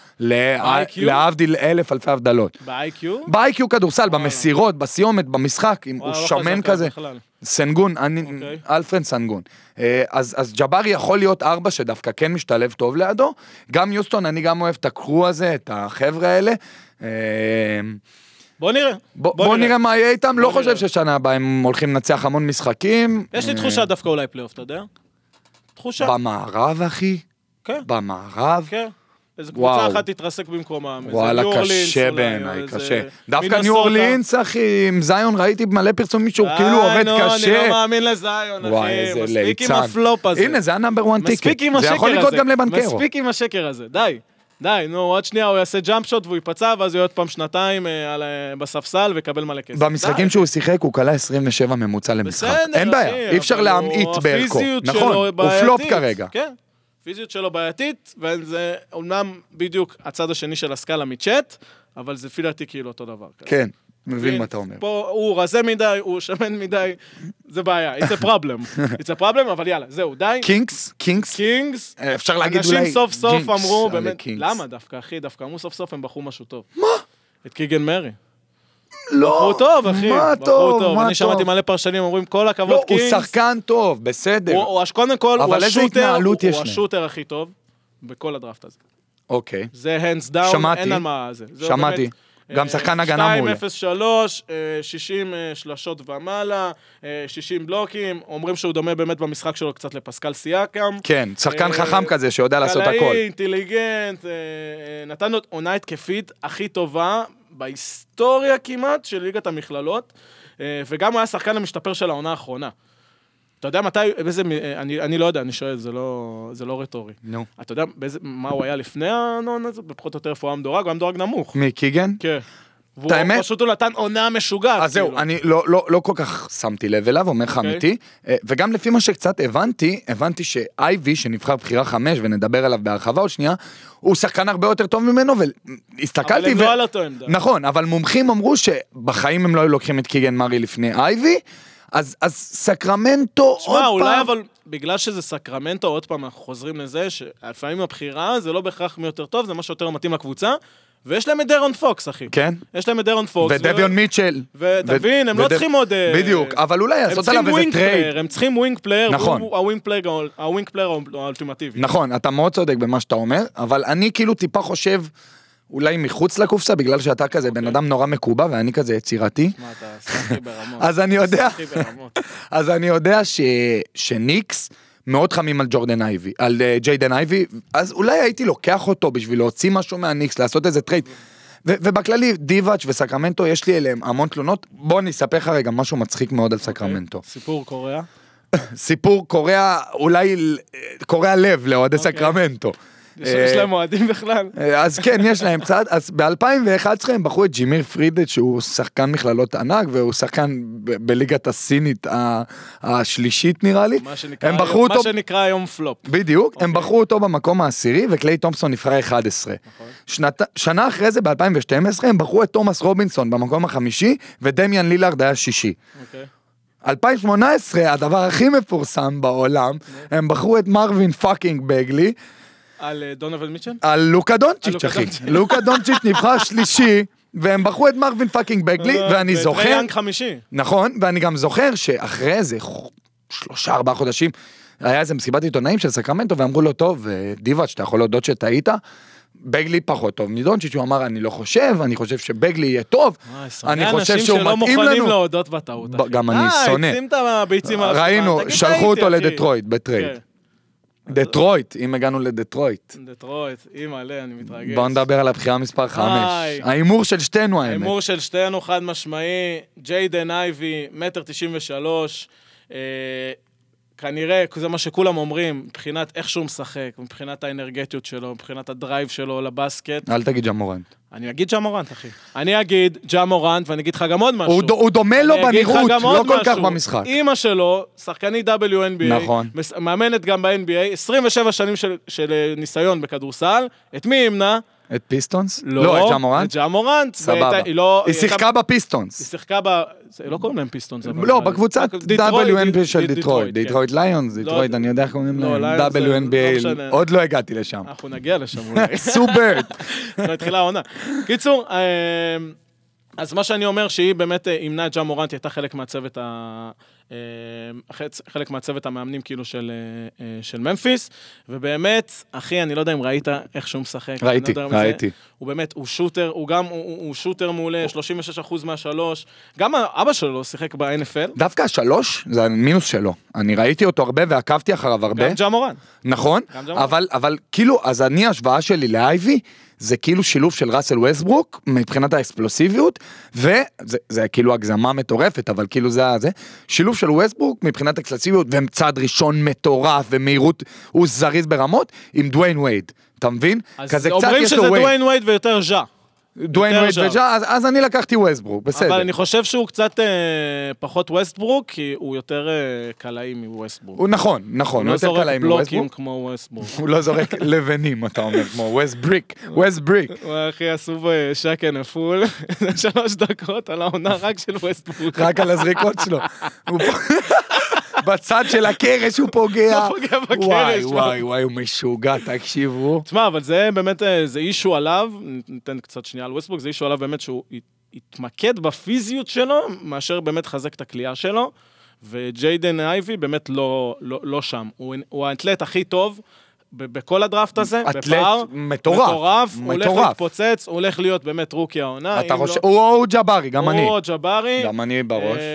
S2: להבדיל אלף אלפי הבדלות.
S1: ב-איי קיו?
S2: ב-איי קיו כדורסל, במסירות, בסיומת, במשחק, הוא שמן כזה. סנגון, אלפרד סנגון. אז ג'בארי יכול להיות ארבע שדווקא כן משתלב טוב לידו. גם יוסטון, אני גם אוהב את הקרו הזה, את החבר'ה האלה.
S1: בוא נראה.
S2: בוא נראה מה יהיה איתם. לא חושב ששנה הבאה הם הולכים לנצח המון משחקים.
S1: יש לי תחושה דווקא אולי פלייאוף, אתה יודע? תחושה.
S2: במערב, אחי?
S1: כן.
S2: במערב?
S1: כן. איזו קבוצה אחת תתרסק במקומם.
S2: וואלה, קשה בעיניי, קשה. דווקא ניו אורלינס, אחי, עם זיון ראיתי מלא פרסומים שהוא כאילו עובד קשה.
S1: אני לא מאמין לזיון, אחי. מספיק עם הפלופ הזה.
S2: הנה, זה הנאמבר וואן טיקט.
S1: מספיק עם השקר הזה.
S2: זה יכול לקרות גם לבנקרו.
S1: מספיק עם השקר הזה, די. די, נו, עוד שנייה הוא יעשה ג'אמפ שוט והוא ייפצע, ואז הוא יהיה עוד פעם שנתיים בספסל וקבל מלא כסף.
S2: במשחקים שהוא שיחק הוא קלה עשרים ושבע ממוצע למשחק. אין בעיה, אי אפשר להמעיט בערכו. נכון, הוא פלופ כרגע.
S1: כן. הפיזיות שלו בעייתית, וזה אומנם בדיוק הצד השני של הסקאלה מצ'אט, אבל זה לפי דעתי כאילו אותו דבר.
S2: כן, מבין מה אתה אומר.
S1: פה הוא רזה מדי, הוא שמן מדי, זה בעיה, it's a problem. it's a problem, אבל יאללה, זהו, די.
S2: קינגס, קינגס.
S1: קינגס.
S2: אפשר להגיד אולי...
S1: אנשים סוף סוף אמרו, באמת, למה דווקא, אחי, דווקא אמרו סוף סוף הם בחרו משהו טוב.
S2: מה?
S1: את קיגן מרי.
S2: לא,
S1: בחרו טוב, אחי.
S2: מה טוב, מה טוב.
S1: אני שמעתי מלא פרשנים, אומרים כל הכבוד קינגס.
S2: הוא שחקן טוב, בסדר.
S1: קודם כל, הוא השוטר, הוא השוטר הכי טוב בכל הדראפט הזה.
S2: אוקיי.
S1: זה hands down, אין על מה זה.
S2: שמעתי. גם שחקן הגנה מעולה.
S1: שתיים אפס שלוש, שישים שלשות ומעלה, שישים בלוקים, אומרים שהוא דומה באמת במשחק שלו קצת לפסקל סייקם.
S2: כן, שחקן חכם כזה שיודע לעשות הכל.
S1: קלעי, אינטליגנט, נתן עונה התקפית הכי טובה בהיסטוריה כמעט של ליגת המכללות, וגם הוא היה שחקן המשתפר של העונה האחרונה. אתה יודע מתי, באיזה, אני, אני לא יודע, אני שואל, זה לא, זה לא רטורי.
S2: נו. אתה
S1: יודע באיזה, מה הוא היה לפני העונה הזאת? בפחות או יותר איפה הוא היה מדורג, הוא היה מדורג נמוך.
S2: מי, קיגן?
S1: כן. והוא פשוט הוא נתן עונה משוגעת.
S2: אז זהו, אני לא, לא, לא כל כך שמתי לב אליו, אומר לך אמיתי, וגם לפי מה שקצת הבנתי, הבנתי שאייבי, שנבחר בחירה חמש, ונדבר עליו בהרחבה עוד שנייה, הוא שחקן הרבה יותר טוב ממנו, והסתכלתי...
S1: אבל הם לא על אותו עמדה.
S2: נכון, אבל מומחים אמרו שבחיים הם לא היו לוקחים את קיגן מרי לפני אייבי, אז, אז סקרמנטו עוד פעם...
S1: שמע, אולי אבל בגלל שזה סקרמנטו, עוד פעם אנחנו חוזרים לזה, שלפעמים הבחירה זה לא בהכרח מי יותר טוב, זה מה שיותר מתאים לקבוצה, ויש להם את דרון פוקס, אחי.
S2: כן.
S1: יש להם את דרון פוקס.
S2: ודביון מיטשל.
S1: ותבין, הם לא צריכים עוד...
S2: בדיוק, אבל אולי לעשות עליו איזה טרייד.
S1: הם צריכים ווינג פלייר,
S2: נכון.
S1: הוא הווינג פלייר האולטימטיבי.
S2: נכון, אתה מאוד צודק במה שאתה אומר, אבל אני כאילו טיפה חושב... אולי מחוץ לקופסה, בגלל שאתה כזה בן אדם נורא מקובע, ואני כזה יצירתי.
S1: מה, אתה שחקי ברמות.
S2: אז אני יודע, אז אני יודע שניקס מאוד חמים על ג'ורדן אייבי, על ג'יידן אייבי, אז אולי הייתי לוקח אותו בשביל להוציא משהו מהניקס, לעשות איזה טרייד. ובכללי, דיבאץ' וסקרמנטו, יש לי אליהם המון תלונות. בוא נספר לך רגע משהו מצחיק מאוד על סקרמנטו.
S1: סיפור קוריאה?
S2: סיפור קוריאה, אולי קוריאה לב לאוהדי סקרמנטו.
S1: יש להם מועדים בכלל.
S2: אז כן, יש להם קצת. אז ב-אלפיים ואחת עשרה הם בחרו את ג'ימיר פרידד, שהוא שחקן מכללות ענק, והוא שחקן בליגת הסינית השלישית נראה לי.
S1: מה שנקרא היום פלופ.
S2: בדיוק, הם בחרו אותו במקום העשירי, וקליי תומפסון נבחר אחד עשר. שנה אחרי זה, ב-אלפיים ושתים עשרה, הם בחרו את תומאס רובינסון במקום החמישי, ודמיאן לילארד היה שישי. אלפיים שמונה עשרה, הדבר הכי מפורסם בעולם, הם בחרו את מרווין פאקינג בגלי,
S1: על דונובל מיטשל?
S2: על לוקה דונצ'יץ', אחי. לוקה דונצ'יץ' נבחר שלישי, והם בחרו את מרווין פאקינג בגלי, ואני זוכר...
S1: וטרייאנג חמישי.
S2: נכון, ואני גם זוכר שאחרי איזה שלושה, ארבעה חודשים, היה איזה מסיבת עיתונאים של סקרמנטו, ואמרו לו, טוב, דיבאץ', אתה יכול להודות שטעית? בגלי פחות טוב מדונצ'יץ', הוא אמר, אני לא חושב, אני חושב שבגלי יהיה טוב, אני חושב שהוא מתאים לנו.
S1: אנשים שלא מוכנים להודות בטעות, אחי.
S2: גם אני שונא.
S1: אה, את הביצים על השולחן.
S2: ראינו, שלחו אותו לדטרויט, בטרייד. דטרויט, אם הגענו לדטרויט.
S1: דטרויט, אימא, עלי, אני מתרגש.
S2: בואו נדבר על הבחירה מספר חמש. האימור של שתינו, האמת.
S1: האימור של שתינו, חד משמעי, ג'יידן אייבי, מטר תשעים ושלוש, כנראה, זה מה שכולם אומרים, מבחינת איך שהוא משחק, מבחינת האנרגטיות שלו, מבחינת הדרייב שלו לבסקט.
S2: אל תגיד ג'מורנט.
S1: אני אגיד ג'מורנט, אחי. אני אגיד ג'מורנט, ואני אגיד לך גם עוד משהו.
S2: הוא דומה לו בנראות, לא כל כך במשחק.
S1: אמא שלו, שחקנית דאבליו אן בי איי,
S2: נכון.
S1: מאמנת גם ב-אן בי איי, עשרים ושבע שנים של, של ניסיון בכדורסל, את מי ימנה?
S2: את פיסטונס?
S1: לא,
S2: לא, את ג'מורנט?
S1: את ג'מורנט.
S2: סבבה.
S1: היא, לא,
S2: היא שיחקה הייתה... בפיסטונס.
S1: היא שיחקה ב... לא קוראים להם פיסטונס.
S2: לא, בקבוצת דאבליו אן בי איי של דיטרויט. דיטרויט ליונס, דיטרויט, אני יודע איך קוראים להם. דאבליו אן בי איי, עוד לא הגעתי לשם.
S1: אנחנו נגיע לשם אולי.
S2: סופר.
S1: לא התחילה העונה. קיצור, אז מה שאני אומר שהיא באמת ימנה את ג'מורנט, היא הייתה חלק מהצוות ה... חלק מהצוות המאמנים כאילו של, של ממפיס, ובאמת, אחי, אני לא יודע אם ראית איך שהוא משחק.
S2: ראיתי, ראיתי.
S1: הוא באמת, הוא שוטר, הוא גם, הוא, הוא שוטר מעולה, שלושים ושש אחוז מהשלוש, גם אבא שלו שיחק ב-אן אף אל.
S2: דווקא השלוש, זה המינוס שלו. אני ראיתי אותו הרבה ועקבתי אחריו הרבה.
S1: גם ג'מורנט.
S2: נכון, אבל, אבל כאילו, אז אני השוואה שלי לאייבי, זה כאילו שילוב של ראסל ווסטברוק, מבחינת האקספלוסיביות, וזה זה כאילו הגזמה מטורפת, אבל כאילו זה זה, שילוב של ווסטברוק מבחינת האקספלוסיביות, ומצד ראשון מטורף, ומהירות, הוא זריז ברמות, עם דוויין וייד, אתה מבין?
S1: אז אומרים שזה דוויין וייד ויותר ז'ה.
S2: דוויין וייד וג'ה, אז, אז אני לקחתי ווסטברוק, בסדר.
S1: אבל אני חושב שהוא קצת אה, פחות ווסטברוק, כי הוא יותר אה, קלעי מווסטברוק.
S2: הוא נכון, נכון, הוא, הוא יותר קלעי
S1: מווסטברוק. הוא לא זורק בלוקים כמו ווסטברוק.
S2: הוא לא זורק לבנים, אתה אומר, כמו ווסטבריק, ווסטבריק.
S1: הוא הכי עשו בשקן הפול, שלוש דקות על העונה רק של ווסטברוק.
S2: רק על הזריקות שלו. בצד של הקרש הוא פוגע.
S1: הוא פוגע בקרש.
S2: וואי, וואי, וואי, הוא משוגע, תקשיבו.
S1: תשמע, אבל זה באמת, זה אישו עליו, ניתן קצת שנייה על ווסטברוק, זה אישו עליו באמת שהוא התמקד בפיזיות שלו, מאשר באמת חזק את הקליעה שלו, וג'יידן אייבי באמת לא, לא, לא שם. הוא, הוא האתלט הכי טוב, בכל הדראפט הזה,
S2: אתלט
S1: בפער,
S2: מטורף,
S1: מטורף, הוא הולך
S2: מטורף.
S1: להתפוצץ, הוא הולך להיות באמת רוקי העונה.
S2: אתה
S1: אם
S2: חושב,
S1: לא-
S2: הוא או ג'בארי, גם אני.
S1: הוא או ג'בארי.
S2: גם אני בראש.
S1: אה,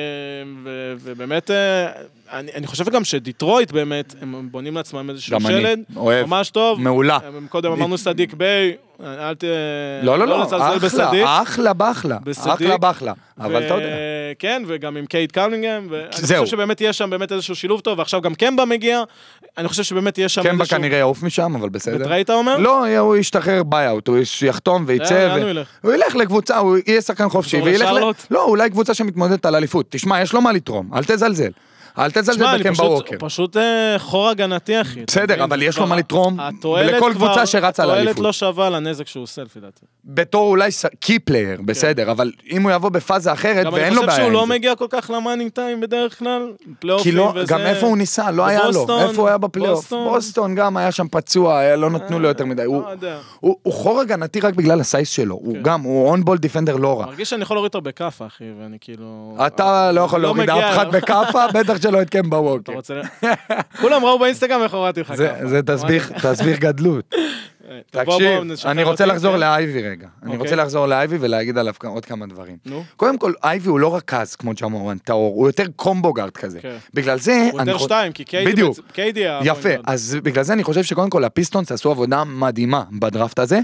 S1: ו- ובאמת, אה, אני אני חושב גם שדיטרויט באמת, הם בונים לעצמם איזשהו
S2: גם אני.
S1: שלד,
S2: אוהב.
S1: ממש טוב.
S2: מעולה.
S1: אה, קודם אמרנו סדיק ביי, אל ת...
S2: לא, לא, לא,
S1: לצלצל
S2: אחלה,
S1: בסדיק.
S2: אחלה באחלה.
S1: בסדיק.
S2: אחלה באחלה. אבל
S1: ו-
S2: אתה יודע.
S1: כן, וגם עם קייט קאונינגהם, ואני
S2: זהו.
S1: חושב שבאמת יש שם באמת איזשהו שילוב טוב, ועכשיו גם קמבה מגיע, אני חושב שבאמת יש שם
S2: קמבה
S1: איזשהו...
S2: כנראה יעוף משם, אבל בסדר.
S1: בטרייט אתה אומר?
S2: לא, הוא ישתחרר ביי-אוט, הוא יחתום וייצא.
S1: לאן
S2: ו-
S1: הוא ילך?
S2: הוא ילך לקבוצה, הוא יהיה שחקן חופשי.
S1: יחזור
S2: וילך ל-
S1: לשרלוט?
S2: לא, אולי קבוצה שמתמודדת על אליפות. תשמע, יש לו מה לתרום, אל תזלזל. אל
S1: תשמע,
S2: תזלזל
S1: אני
S2: בקמבה
S1: פשוט-
S2: ווקר.
S1: הוא פשוט אה, חור הגנתי, אחי. אתה
S2: בסדר,
S1: מבין?
S2: אבל
S1: זה
S2: יש לו
S1: כבר-
S2: מה לתרום
S1: התועלת
S2: לכל
S1: כבר-
S2: קבוצה שרצה
S1: התועלת
S2: לאליפות.
S1: לא שווה לנזק שהוא עושה, לפי דעתי.
S2: בתור אולי קי פלייר, בסדר, אבל אם הוא יבוא בפאזה אחרת,
S1: גם
S2: ואין
S1: אני
S2: לו
S1: חושב
S2: בעיה
S1: שהוא
S2: עם
S1: לא
S2: זה.
S1: מגיע כל כך למאנינג טיים בדרך כלל,
S2: כי
S1: פלייאופים
S2: לא,
S1: וזה.
S2: גם איפה הוא ניסה, לא היה לו.
S1: בבוסטון,
S2: איפה הוא היה בפלייאוף?
S1: בוסטון.
S2: בוסטון גם היה שם פצוע, היה- לא נתנו לו יותר מדי. הוא-
S1: לא יודע.
S2: הוא הוא חור הגנתי רק בגלל הסייס שלו. הוא גם, הוא אונבול דיפנדר לא רע.
S1: מרגיש שאני יכול להוריד אותו בכאפה, אחי, ואני כאילו...
S2: אתה לא יכול
S1: לא
S2: להוריד
S1: מגיע,
S2: אף אחד
S1: לא.
S2: בכאפה, בטח שלא את קמבה
S1: אתה
S2: ווקר.
S1: רוצה... כולם ראו באינסטגרם איך הורדתי לך
S2: זה-
S1: כאפה.
S2: זה תסביך, תסביך גדלות.
S1: טוב, בוא,
S2: תקשיב,
S1: בוא, נשחרר
S2: אני רוצה
S1: אותי,
S2: לחזור
S1: כן.
S2: לאייבי רגע. אני
S1: אוקיי.
S2: רוצה לחזור לאייבי ולהגיד עליו כ- עוד כמה דברים.
S1: נו.
S2: קודם כל, אייבי הוא לא רכז כמו ג'מורן טאור, הוא יותר קומבוגארד כזה.
S1: כן.
S2: בגלל זה...
S1: הוא
S2: אני
S1: יותר
S2: חו-
S1: שתיים, כי קיידי...
S2: בדיוק.
S1: בעצם- קיידי היה...
S2: יפה,
S1: הפוינט גארד.
S2: אז בגלל זה אני חושב שקודם כל הפיסטונס עשו עבודה מדהימה בדראפט הזה,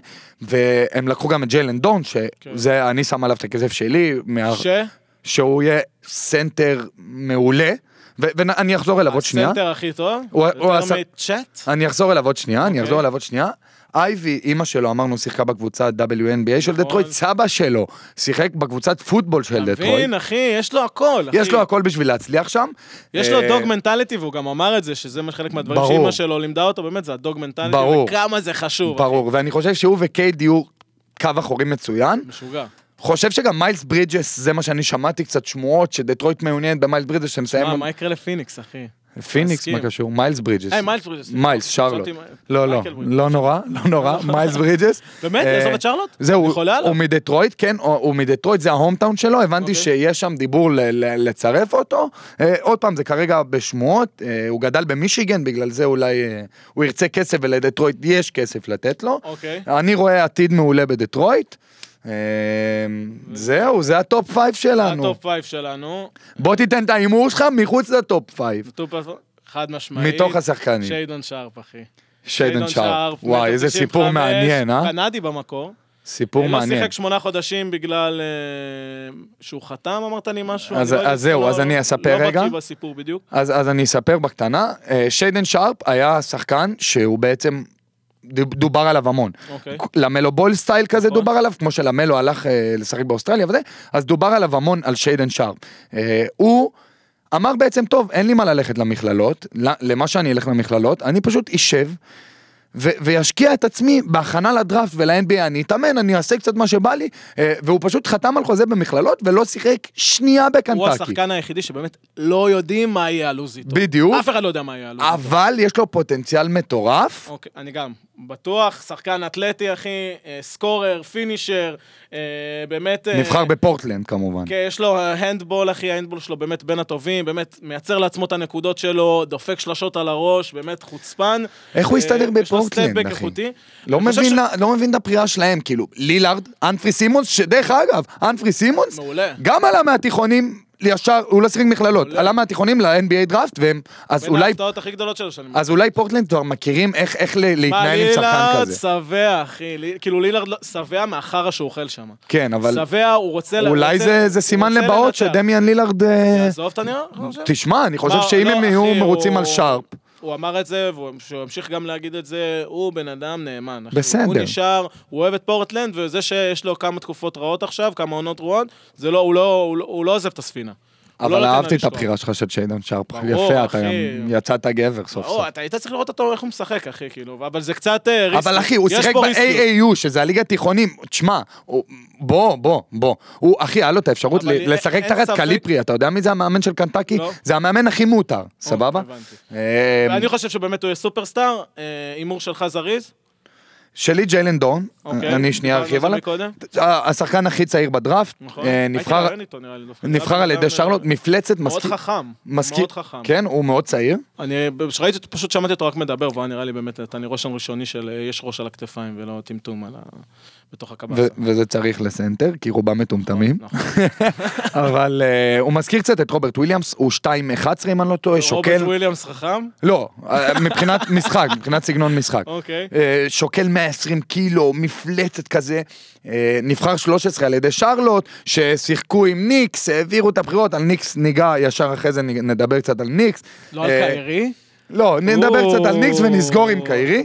S2: והם לקחו גם את ג'יילן דון, שזה אני שם עליו את הכסף שלי, מה-
S1: ש?
S2: שהוא יהיה סנטר מעולה, ו- ואני אחזור אליו עוד שנייה.
S1: הסנטר הכי טוב?
S2: הוא- הוא
S1: יותר
S2: עשה-
S1: מצ'אט?
S2: אני אחזור אליו עוד שנייה, אני
S1: אוקיי.
S2: אחזור אליו עוד שנייה. אייבי, אימא שלו, אמרנו, שיחקה בקבוצת דאבליו אן בי איי של
S1: נכון.
S2: דטרויט, סבא שלו שיחק בקבוצת פוטבול של דטרויט.
S1: מבין, אחי, יש לו הכל, אחי.
S2: יש לו הכל בשביל להצליח שם.
S1: יש לו
S2: אה,
S1: דוג מנטליטי, והוא גם אמר את זה, שזה מה חלק מהדברים
S2: ברור.
S1: שאמא שלו לימדה אותו, באמת, זה הדוג מנטליטי,
S2: ברור.
S1: וכמה זה חשוב,
S2: ברור, ואני חושב שהוא וקייד יהיו קו אחורי מצוין.
S1: אחי. משוגע.
S2: חושב שגם מיילס ברידג'ס, זה מה שאני שמעתי קצת שמועות, שדטרויט מעוניינת במיילס ברידג'ס שמסיים...
S1: מה, מה יקרה לפיניקס, אחי?
S2: פיניקס,
S1: מסכים.
S2: מה קשור? מיילס ברידג'ס.
S1: היי, מיילס ברידג'ס.
S2: מיילס, שרלוט.
S1: חשבתי-
S2: לא, לא,
S1: מייקל ברידג'ס.
S2: לא נורא, לא נורא, מיילס ברידג'ס.
S1: באמת?
S2: אה,
S1: לעזוב את שרלוט?
S2: זהו,
S1: אני חולה עליו.
S2: הוא מדטרויט, כן, הוא הוא מדטרויט, זה ההומטאון שלו, הבנתי
S1: אוקיי.
S2: שיש שם דיבור ל- ל- לצרף אותו. אה, עוד פעם, זה כרגע בשמועות, אה, הוא גדל במישיגן, בגלל זה אולי אה, הוא ירצה כסף, ולדטרויט יש כסף לתת לו.
S1: אוקיי.
S2: אני רואה עתיד מעולה בדטרויט. אה, זהו, זה הטופ פייב שלנו.
S1: הטופ פייב שלנו.
S2: בוא תיתן את ההימור שלך מחוץ לטופ פייב.
S1: טופ פייב, חד משמעית.
S2: מתוך השחקנים.
S1: שיידון שרפ, אחי.
S2: שיידן שרפ. וואי,
S1: מטר
S2: איזה
S1: תשעים
S2: סיפור
S1: וחמש,
S2: מעניין, אה?
S1: קנדי במקור.
S2: סיפור
S1: לא
S2: מעניין.
S1: שיחק שמונה חודשים בגלל אה, שהוא חתם, אמרת לי משהו?
S2: אז-
S1: אני לא יודע,
S2: אז זהו,
S1: לא-
S2: אז אני אספר
S1: לא
S2: רגע.
S1: בקיא בסיפור בדיוק.
S2: אז, אז אני אספר בקטנה, אה, שיידן שרפ היה שחקן שהוא בעצם, דוב- דובר עליו המון.
S1: אוקיי.
S2: למלו בול סטייל כזה
S1: נכון.
S2: דובר עליו, כמו שלמלו הלך אה, לשחק באוסטרליה וזה, אז דובר עליו המון על שיידן שרפ. אה, הוא אמר בעצם, טוב, אין לי מה ללכת למכללות, למה שאני אלך למכללות, אני פשוט אשב, ו- וישקיע את עצמי בהכנה לדראפט ול-אן בי איי, אני אתאמן, אני אעשה קצת מה שבא לי, אה, והוא פשוט חתם על חוזה במכללות, ולא שיחק שנייה
S1: הוא
S2: בקנטקי.
S1: השחקן היחידי שבאמת לא יודעים מה יהיה הלוז איתו.
S2: בדיוק.
S1: אף אחד לא יודע מה יהיה הלוז איתו.
S2: אבל יש לו פוטנציאל מטורף,
S1: אוקיי, אני גם. בטוח, שחקן אתלטי, אחי, אה, סקורר, פינישר, אה, באמת... אה,
S2: נבחר בפורטלנד כמובן.
S1: כן, יש לו הנדבול, אחי, ההנדבול שלו באמת בין הטובים, באמת מייצר לעצמו את הנקודות שלו, דופק שלשות על הראש, באמת חוצפן.
S2: איך הוא
S1: אה,
S2: הסתדר
S1: יש לו
S2: בפורטלנד,
S1: סטייטבק
S2: אחי?
S1: איכותי.
S2: לא
S1: אני חושב
S2: מבין,
S1: ש-
S2: לה- לא מבין את הפריעה שלהם, כאילו, לילארד, אנפרי סימונס, שדרך אגב, אנפרי סימונס,
S1: מעולה.
S2: גם עלה מהתיכונים, ישר, הוא לא שיחק מכללות,
S1: מעולה.
S2: עלה מהתיכונים ל-אן בי איי דראפט, והם, אז
S1: בין
S2: אולי,
S1: ההפתעות הכי גדולות שלו שאני
S2: אז אולי פורטלנד כבר מכירים איך איך ל-
S1: מה,
S2: להתנהל עם שחקן
S1: לילארד
S2: כזה.
S1: שבע, אחי. לי- כאילו לילארד לא- שבע מהחרא שהוא אוכל שם.
S2: כן, אבל
S1: שבע, הוא רוצה...
S2: אולי
S1: רוצה-
S2: זה- זה
S1: הוא
S2: סימן
S1: רוצה
S2: לבאות
S1: לנצח.
S2: שדמיאן לילארד, אה,
S1: עזוב, אתה נראה? אני חושב.
S2: תשמע, אני חושב
S1: מה,
S2: שאם
S1: לא,
S2: הם יהיו
S1: אחי,
S2: מרוצים
S1: הוא-
S2: על שרפ,
S1: הוא אמר את זה, והוא המשיך גם להגיד את זה, הוא בן אדם נאמן. אחי.
S2: בסדר.
S1: הוא נשאר, הוא אוהב את פורטלנד, וזה שיש לו כמה תקופות רעות עכשיו, כמה עונות רעות, זה לא, הוא לא, הוא לא, הוא לא עוזב את הספינה. הוא
S2: אבל
S1: לא נותן
S2: אהבתי
S1: לה
S2: את
S1: לשכוח.
S2: הבחירה שלך של שיידן שרפ,
S1: ברור,
S2: יפה, אתה
S1: אחי.
S2: גם יצאת גבר סוף סוף.
S1: או, אתה היית צריך לראות אותו איך הוא משחק, אחי, כאילו, אבל זה קצת אה, ריסקי.
S2: אבל אחי, הוא
S1: יש
S2: שיחק
S1: פה ריסקיות.
S2: ב-איי איי יו, שזה הליגה התיכונים, תשמע, הוא- בוא, בוא, בוא, הוא, אחי, היה לו את האפשרות
S1: אבל
S2: ל-
S1: אין-
S2: לשחק
S1: אין
S2: תחת
S1: ספק-
S2: קליפרי, אתה יודע מי זה המאמן של קנטקי?
S1: לא.
S2: זה המאמן הכי מותר, סבבה?
S1: הבנתי.
S2: אה,
S1: ואני חושב שבאמת הוא יהיה סופרסטאר, אה, הימור שלך זריז.
S2: שלי ג'יילן דורן, אני שנייה ארחיב עליו, השחקן הכי צעיר בדראפט, נבחר על ידי שרלוט, מפלצת,
S1: מאוד חכם, מאוד חכם.
S2: כן, הוא מאוד צעיר.
S1: אני ראיתי, פשוט שמעתי אותו רק מדבר, והוא נראה לי באמת, אתה נראה שם ראשוני של יש ראש על הכתפיים ולא טמטום בתוך הקבסה.
S2: וזה צריך לסנטר, כי רובם מטומטמים. אבל הוא מזכיר קצת את רוברט וויליאמס, הוא שתיים אחת עשרה אם אני לא טועה, שוקל...
S1: רוברט וויליאמס חכם?
S2: לא, מבחינת משחק, מבחינת סגנון משחק.
S1: אוקיי.
S2: שוקל מאה ועשרים קילו, מפלצת כזה, נבחר שלוש עשרה על ידי שרלוט, ששיחקו עם ניקס, העבירו את הבחירות, על ניקס ניגע, ישר אחרי זה נדבר קצת על ניקס.
S1: לא על קיירי?
S2: לא, נדבר קצת על ניקס ונסגור עם קיירי.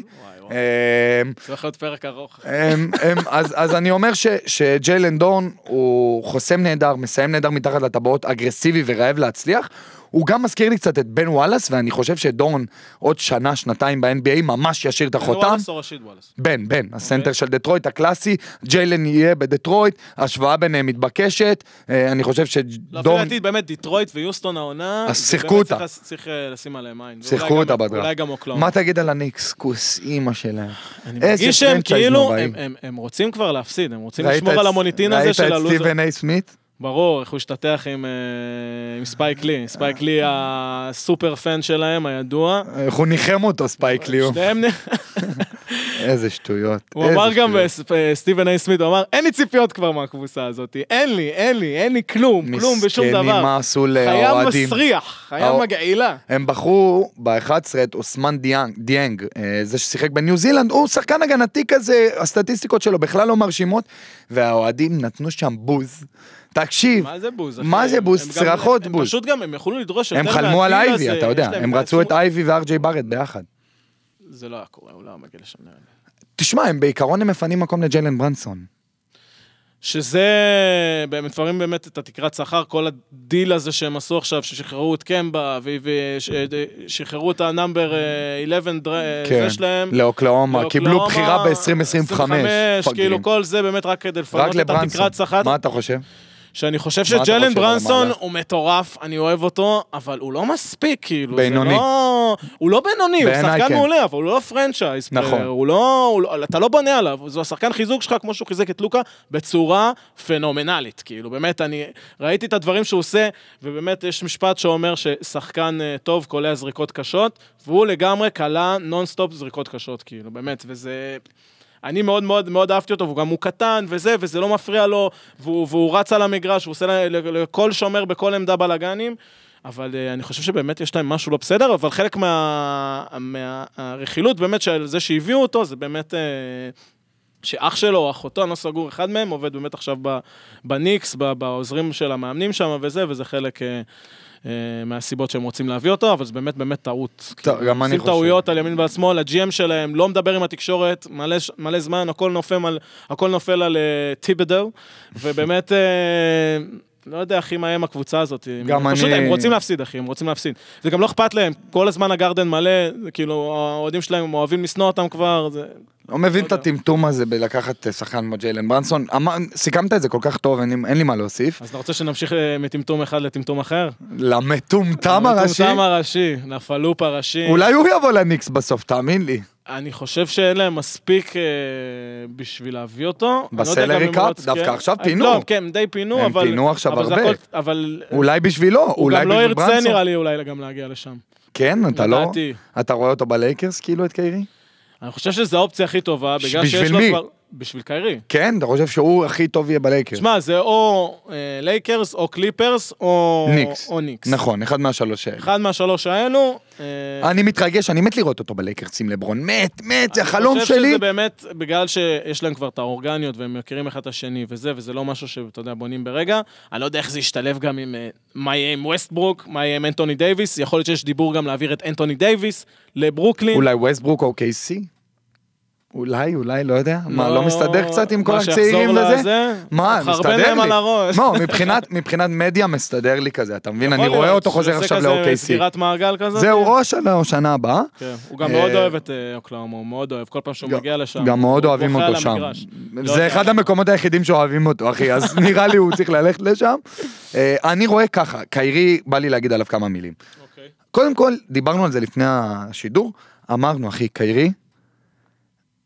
S1: זה יכול להיות פרק ארוך.
S2: אז אני אומר שג'יילן דורן הוא חוסם נהדר, מסיים נהדר מתחת לטבעות, אגרסיבי ורעב להצליח. הוא גם מזכיר לי קצת את בן וואלאס, ואני חושב שדורן עוד שנה, שנתיים ב-אן בי איי ממש ישיר את החותם.
S1: בן וואלאס או רשיד וואלאס?
S2: בן, בן, הסנטר של דטרויט הקלאסי, ג'יילן יהיה בדטרויט, השוואה ביניהם מתבקשת, אני חושב שדורן...
S1: לפי באמת דטרויט ויוסטון העונה,
S2: אז שיחקו אותה.
S1: צריך לשים עליהם עין.
S2: שיחקו אותה בדראפט.
S1: אולי גם אוקלאומה.
S2: מה תגיד על הניקס? כוס אימא שלהם.
S1: אני מרגיש שהם כאילו, הם רוצים כבר להפסיד, הם רוצים לשמור על המוניטין הזה של הלוזר.
S2: ראית את סטיבן איי סמית?
S1: ברור, איך הוא השתתח עם, עם ספייק לי, ספייק לי הסופר פן שלהם, הידוע.
S2: איך הוא ניחם אותו, ספייק לי.
S1: שניהם נ...
S2: איזה שטויות.
S1: הוא אמר גם, סטיבן איי סמית, הוא אמר, אין לי ציפיות כבר מהקבוצה הזאת, אין לי, אין לי, אין לי כלום, כלום ושום דבר.
S2: מסכנים מה עשו לאוהדים.
S1: חיה מסריח, חיה מגעילה.
S2: הם בחרו ב-אחת עשרה את אוסמן דיאנג, זה ששיחק בניו זילנד, הוא שחקן הגנתי כזה, הסטטיסטיקות שלו בכלל לא מרשימות, והאוהדים נתנו שם בוז. תקשיב,
S1: מה זה בוז?
S2: מה זה בוז? צרחות בוז.
S1: הם פשוט גם, הם יכולו לדרוש יותר
S2: הם חלמו על אייבי, אתה יודע, הם רצו את אייבי ואר ג'יי בארט ביחד.
S1: זה לא היה קורה, הוא לא היה מגיע לשם נראה.
S2: תשמע, הם בעיקרון הם מפנים מקום לג'יילן ברנסון.
S1: שזה, הם מפרים באמת את התקרת שכר, כל הדיל הזה שהם עשו עכשיו, ששחררו את קמבה, ושחררו את הנאמבר אחת עשרה שלהם.
S2: לאוקלאומה, קיבלו בחירה ב-עשרים עשרים וחמש.
S1: כאילו כל זה באמת רק כדי לפנות את התקרת שכר.
S2: מה אתה חושב?
S1: שאני חושב שג'יילן ברנסון הוא מטורף, אני אוהב אותו, אבל הוא לא מספיק, כאילו.
S2: בינוני.
S1: הוא לא בינוני, הוא שחקן מעולה, אבל הוא לא פרנצ'ייז.
S2: נכון.
S1: אתה לא בונה עליו, זו השחקן חיזוק שלך, כמו שהוא חיזק את לוקה, בצורה פנומנלית, כאילו. באמת, אני ראיתי את הדברים שהוא עושה, ובאמת יש משפט שאומר ששחקן טוב קולע זריקות קשות, והוא לגמרי קלע נונסטופ זריקות קשות, כאילו, באמת, וזה... אני מאוד מאוד מאוד אהבתי אותו, והוא גם הוא קטן וזה, וזה לא מפריע לו, והוא, והוא רץ על המגרש, הוא עושה לכל שומר בכל עמדה בלגנים, אבל uh, אני חושב שבאמת יש להם משהו לא בסדר, אבל חלק מה, מהרכילות באמת של זה שהביאו אותו, זה באמת uh, שאח שלו או אחותו, אני לא סגור, אחד מהם עובד באמת עכשיו בניקס, בעוזרים של המאמנים שם וזה, וזה חלק... Uh, מהסיבות שהם רוצים להביא אותו, אבל זה באמת באמת טעות.
S2: גם אני חושב.
S1: עושים טעויות על ימין ועל שמאל, הג'י אם שלהם לא מדבר עם התקשורת, מלא, מלא זמן, הכל נופל על, הכל נופל על טיבדל, ובאמת, לא יודע הכי מה הם הקבוצה הזאת.
S2: גם
S1: פשוט,
S2: אני...
S1: הם רוצים להפסיד, אחי, הם רוצים להפסיד. זה גם לא אכפת להם, כל הזמן הגרדן מלא, כאילו, האוהדים שלהם אוהבים לשנוא אותם כבר, זה...
S2: לא מבין את הטמטום הזה בלקחת שחקן כמו ג'יילן ברנסון, סיכמת את זה כל כך טוב, אין לי מה להוסיף.
S1: אז אתה רוצה שנמשיך מטמטום אחד לטמטום אחר?
S2: למטומטם הראשי?
S1: למטומטם הראשי, לפלופ הראשי.
S2: אולי הוא יבוא לניקס בסוף, תאמין לי.
S1: אני חושב שאין להם מספיק בשביל להביא אותו.
S2: בסלרי קאפ, דווקא עכשיו פינו.
S1: לא, כן, די פינו, אבל...
S2: הם פינו עכשיו הרבה.
S1: אבל...
S2: אולי בשבילו, אולי
S1: בשביל ברנסון. הוא גם לא ירצה נראה לי אולי גם להגיע לשם.
S2: כן, אתה לא... אתה רואה אותו בלייקרס כאילו את קיירי?
S1: אני חושב שזו האופציה הכי טובה, בגלל שיש לו כבר... בשביל קיירי.
S2: כן, אתה חושב שהוא הכי טוב יהיה בלייקרס.
S1: שמע, זה או לייקרס, או קליפרס, או ניקס.
S2: נכון, אחד מהשלוש האלה.
S1: אחד מהשלוש האלו.
S2: אני מתרגש, אני מת לראות אותו בלייקרס עם לברון. מת, מת, זה החלום שלי.
S1: אני חושב שזה באמת, בגלל שיש להם כבר את האורגניות, והם מכירים אחד את השני וזה, וזה לא משהו שאתה יודע, בונים ברגע. אני לא יודע איך זה ישתלב גם עם מה יהיה עם ווסטברוק, מה יהיה עם אנטוני דייביס. יכול להיות שיש דיבור גם להעביר את אנטוני דייביס לברוקלין.
S2: אולי ווסטברוק או קיי סי? אולי, אולי, לא יודע, מה, לא מסתדר קצת עם כל הצעירים וזה? מה, מסתדר לי? לא, מבחינת מדיה מסתדר לי כזה, אתה מבין? אני רואה אותו חוזר עכשיו ל-או קיי סי.
S1: סגירת מעגל כזה?
S2: זהו, או השנה או שנה הבאה.
S1: הוא גם מאוד אוהב את אוקלאומה, הוא מאוד אוהב, כל פעם שהוא מגיע לשם.
S2: גם מאוד אוהבים אותו שם. זה אחד המקומות היחידים שאוהבים אותו, אחי, אז נראה לי הוא צריך ללכת לשם. אני רואה ככה, קיירי, בא לי להגיד עליו כמה מילים. קודם כל, דיברנו על זה לפני השידור, אמרנו, אחי, קיירי,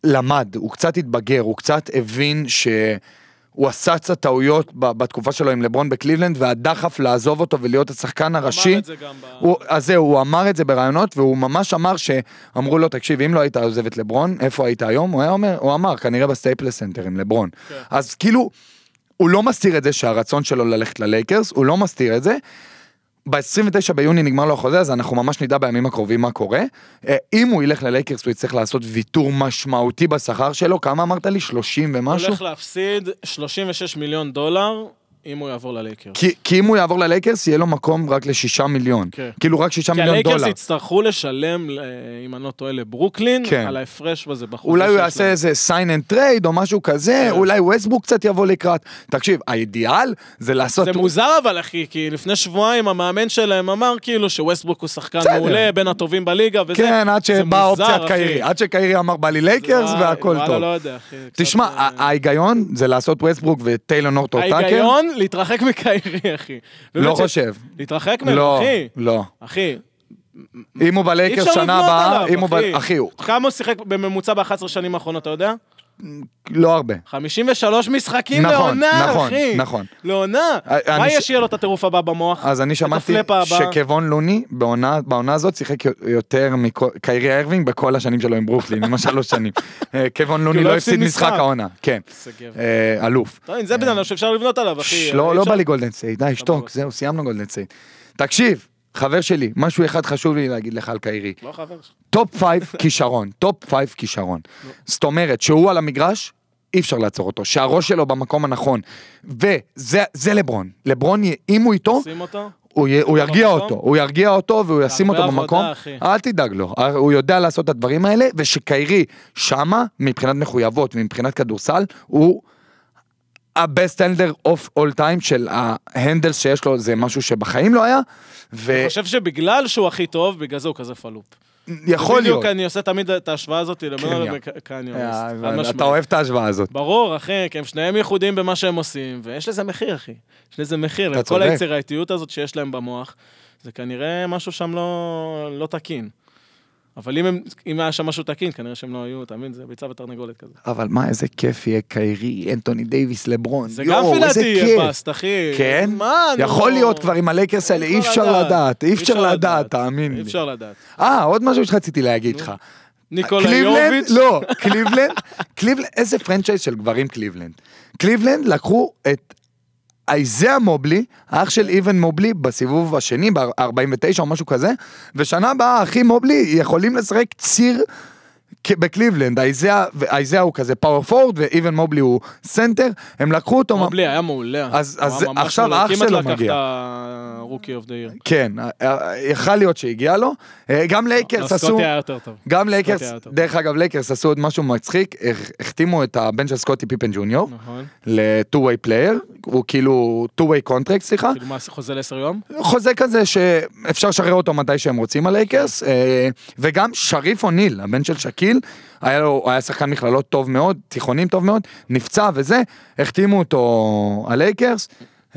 S2: למד, הוא קצת התבגר, הוא קצת הבין שהוא עשה קצת טעויות בתקופה שלו עם לברון בקליבלנד, והדחף לעזוב אותו ולהיות השחקן הראשי. הוא אמר את זה גם ב... הוא, אז זהו, הוא אמר את זה ברעיונות, והוא ממש אמר שאמרו לו, תקשיב, אם לא היית עוזב את לברון, איפה היית היום? הוא, היה אומר, הוא אמר, כנראה בסטייפלס סנטר עם לברון. כן. אז כאילו, הוא לא מסתיר את זה שהרצון שלו ללכת ללייקרס, הוא לא מסתיר את זה. ב-עשרים ותשעה ביוני נגמר לו החוזה, אז אנחנו ממש נדע בימים הקרובים מה קורה. אם הוא ילך ללייקרס, הוא יצטרך לעשות ויתור משמעותי בשכר שלו. כמה אמרת לי? שלושים ומשהו?
S1: הוא הולך להפסיד שלושים ושש מיליון דולר, אם הוא יעבור ללייקרס.
S2: כי, כי אם הוא יעבור ללייקרס, יהיה לו מקום רק לשישה מיליון. כן. כאילו רק שישה מיליון דולר.
S1: כי הלייקרס יצטרכו לשלם, אם אני לא טועה, לברוקלין, כן. על ההפרש בזה בחוזה.
S2: אולי הוא יעשה איזה sign and trade או משהו כזה, כן. אולי ווסטברוק קצת יבוא לקראת. תקשיב, האידיאל זה לעשות...
S1: זה מוזר אבל אחי, כי לפני שבועיים המאמן שלהם אמר כאילו שווסטברוק הוא שחקן בסדר. מעולה, בין הטובים בליגה וזה.
S2: כן, עד שבא אופציית קיירי. עד שקיירי אמר בא לי לייקרס והכל טוב.
S1: לא יודע, אחי.
S2: תשמע, ההיגיון זה לעשות ווסטברוק וטיילור נורטון טאקר.
S1: להתרחק מקיירי, אחי.
S2: לא חושב.
S1: להתרחק ממנו, אחי.
S2: לא.
S1: אחי.
S2: אם הוא בלייקרס שנה הבאה, אם הוא ב... אחי.
S1: כמה הוא שיחק בממוצע ב-אחת עשרה שנים האחרונות, אתה יודע?
S2: לא הרבה.
S1: חמישים ושלוש משחקים לעונה, אחי.
S2: נכון, נכון.
S1: לעונה. מה יש שיהיה לו את הטירוף הבא במוח?
S2: אז אני שמעתי שקוון לוני, בעונה הזאת, שיחק יותר מקיירי ארווינג בכל השנים שלו עם ברוקלין, עם השלוש שנים. קוון לוני לא הפסיד משחק העונה. כן. אלוף.
S1: זה בדיוק שאפשר לבנות עליו, אחי.
S2: לא, לא בא לי גולדן סטייט. די, שתוק, זהו, סיימנו גולדן סטייט. תקשיב. חבר שלי, משהו אחד חשוב לי להגיד לך על קיירי.
S1: לא חבר שלי.
S2: טופ פייב כישרון, טופ פייב כישרון. זאת אומרת, שהוא על המגרש, אי אפשר לעצור אותו, שהראש שלו במקום הנכון. וזה לברון. לברון, אם הוא איתו, הוא ירגיע אותו, הוא ירגיע אותו והוא ישים אותו במקום. אל תדאג לו, הוא יודע לעשות את הדברים האלה, ושקיירי שמה, מבחינת מחויבות, מבחינת כדורסל, הוא... ה-best handler of all time של ההנדלס שיש לו, זה משהו שבחיים לא היה.
S1: אני חושב שבגלל שהוא הכי טוב, בגלל זה הוא כזה פלופ.
S2: יכול להיות.
S1: בדיוק אני עושה תמיד את ההשוואה הזאת,
S2: אתה אוהב את ההשוואה הזאת.
S1: ברור, אחי, כי הם שניהם ייחודים במה שהם עושים, ויש לזה מחיר, אחי. יש לזה מחיר, לכל היצירתיות הזאת שיש להם במוח, זה כנראה משהו שם לא תקין. אבל אם, הם, אם היה שם משהו תקין, כנראה שהם לא היו, תאמין, זה ביצה ותרנגולת כזה.
S2: אבל מה, איזה כיף יהיה קיירי, אנטוני דייביס, לברון.
S1: זה גם פילאטי יהיה בסט, אחי.
S2: כן? מה, יכול לא... להיות כבר עם הלייקרס האלה, אי אפשר לדעת, אי אפשר לדעת, תאמין לי.
S1: אי אפשר לדעת.
S2: אה, עוד משהו שרציתי להגיד לך.
S1: ניקולה יוביץ'?
S2: לא, קליבלנד, קליבלנד, איזה פרנצ'ייז של גברים קליבלנד. קליבלנד לקחו את... איזיה מובלי, האח של איבן מובלי, בסיבוב השני, ב-ארבעים ותשע או משהו כזה, ושנה הבאה, אחי מובלי יכולים לשחק ציר בקליבלנד, איזיה הוא כזה פאוור פורד, ואיבן מובלי הוא סנטר, הם לקחו אותו...
S1: מובלי היה מעולה.
S2: אז עכשיו האח שלו מגיע.
S1: כמעט לקח את הרוקי אוף דה עיר.
S2: כן, יכול להיות שהגיע לו. גם לייקרס עשו...
S1: סקוטי היה יותר טוב.
S2: גם לייקרס, דרך אגב לייקרס עשו עוד משהו מצחיק, החתימו את הבן של סקוטי פיפן ג'וניור, ל-two-way player, הוא כאילו two-way contract, סליחה.
S1: כאילו מה, חוזה לעשר יום?
S2: חוזה כזה שאפשר לשחרר אותו מתי שהם רוצים על לייקרס, וגם שריף אוניל, הבן של שקיל, היה לו, היה שחקן מכללות טוב מאוד, תיכונים טוב מאוד, נפצע וזה, החתימו אותו על לייקרס,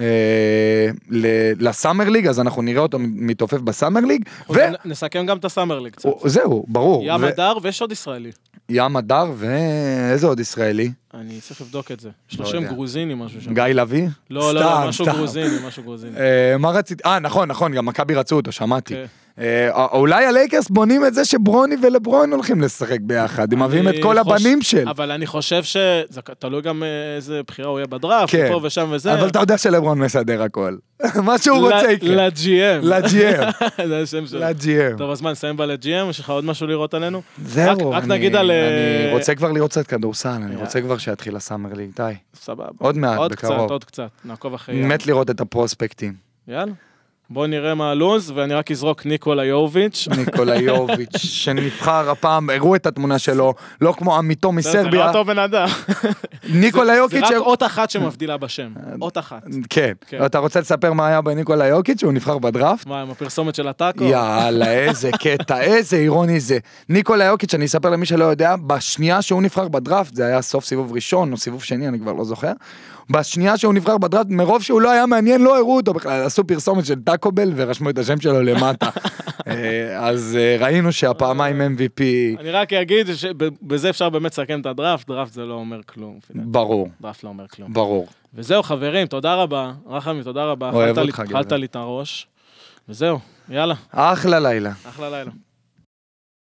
S2: לסאמר ליג, אז אנחנו נראה אותו מתעופף בסאמר ליג.
S1: נסכם גם את הסאמר ליג קצת.
S2: זהו, ברור.
S1: ים הדר ויש עוד ישראלי.
S2: ים הדר ואיזה עוד ישראלי?
S1: אני צריך לבדוק את זה. יש לו שם גרוזיני משהו שם.
S2: גיא לוי?
S1: לא, לא, משהו גרוזיני, משהו גרוזיני.
S2: מה רציתי? אה, נכון, נכון, גם מכבי רצו אותו, שמעתי. אולי הלייקרס בונים את זה שברוני ולברון הולכים לשחק ביחד, הם מביאים את כל הבנים של.
S1: אבל אני חושב שזה תלוי גם איזה בחירה הוא יהיה בדראפט, פה ושם וזה.
S2: אבל אתה יודע שלברון מסדר הכל. מה שהוא רוצה יקרה.
S1: לג'י אם.
S2: לג'י אם.
S1: זה השם שלו.
S2: לג'י אם.
S1: טוב, אז מה, נסיים בלג'י אם? יש לך עוד משהו לראות עלינו?
S2: זהו.
S1: רק נגיד על...
S2: אני רוצה כבר לראות קצת כדורסל, אני רוצה כבר שיתחיל הסאמר ליג, די.
S1: סבבה.
S2: עוד מעט,
S1: עוד
S2: בקרוב.
S1: קצת, עוד קצת. נעקוב אחרי...
S2: מת לראות את הפרוספקטים.
S1: יאללה. בואו נראה מה הלוז, ואני רק אזרוק ניקולה יוביץ'.
S2: ניקולה יוביץ', שנבחר הפעם, הראו את התמונה שלו, לא כמו עמיתו מסרביה.
S1: זה לא אותו בן אדם.
S2: ניקולה יוקיץ'
S1: זה רק אות אחת שמבדילה בשם, אות אחת.
S2: כן, אתה רוצה לספר מה היה בניקולה יוקיץ', שהוא נבחר בדראפט?
S1: מה, עם הפרסומת של הטאקו?
S2: יאללה, איזה קטע, איזה אירוני זה. ניקולה יוקיץ', אני אספר למי שלא יודע, בשנייה שהוא נבחר בדראפט, זה היה סוף סיבוב ראשון או סיבוב שני, אני כבר לא זוכר. בשנייה שהוא נבחר בדראפט, מרוב שהוא לא היה מעניין, לא הראו אותו בכלל, עשו פרסומת של טאקובל ורשמו את השם שלו למטה. אז ראינו שהפעמיים אם וי פי...
S1: אני רק אגיד שבזה אפשר באמת לסכם את הדראפט, דראפט זה לא אומר כלום.
S2: ברור.
S1: דראפט לא אומר כלום.
S2: ברור.
S1: וזהו חברים, תודה רבה, רחמי, תודה רבה.
S2: אוהב אותך,
S1: אכלת לי את הראש. וזהו, יאללה.
S2: אחלה לילה.
S1: אחלה לילה.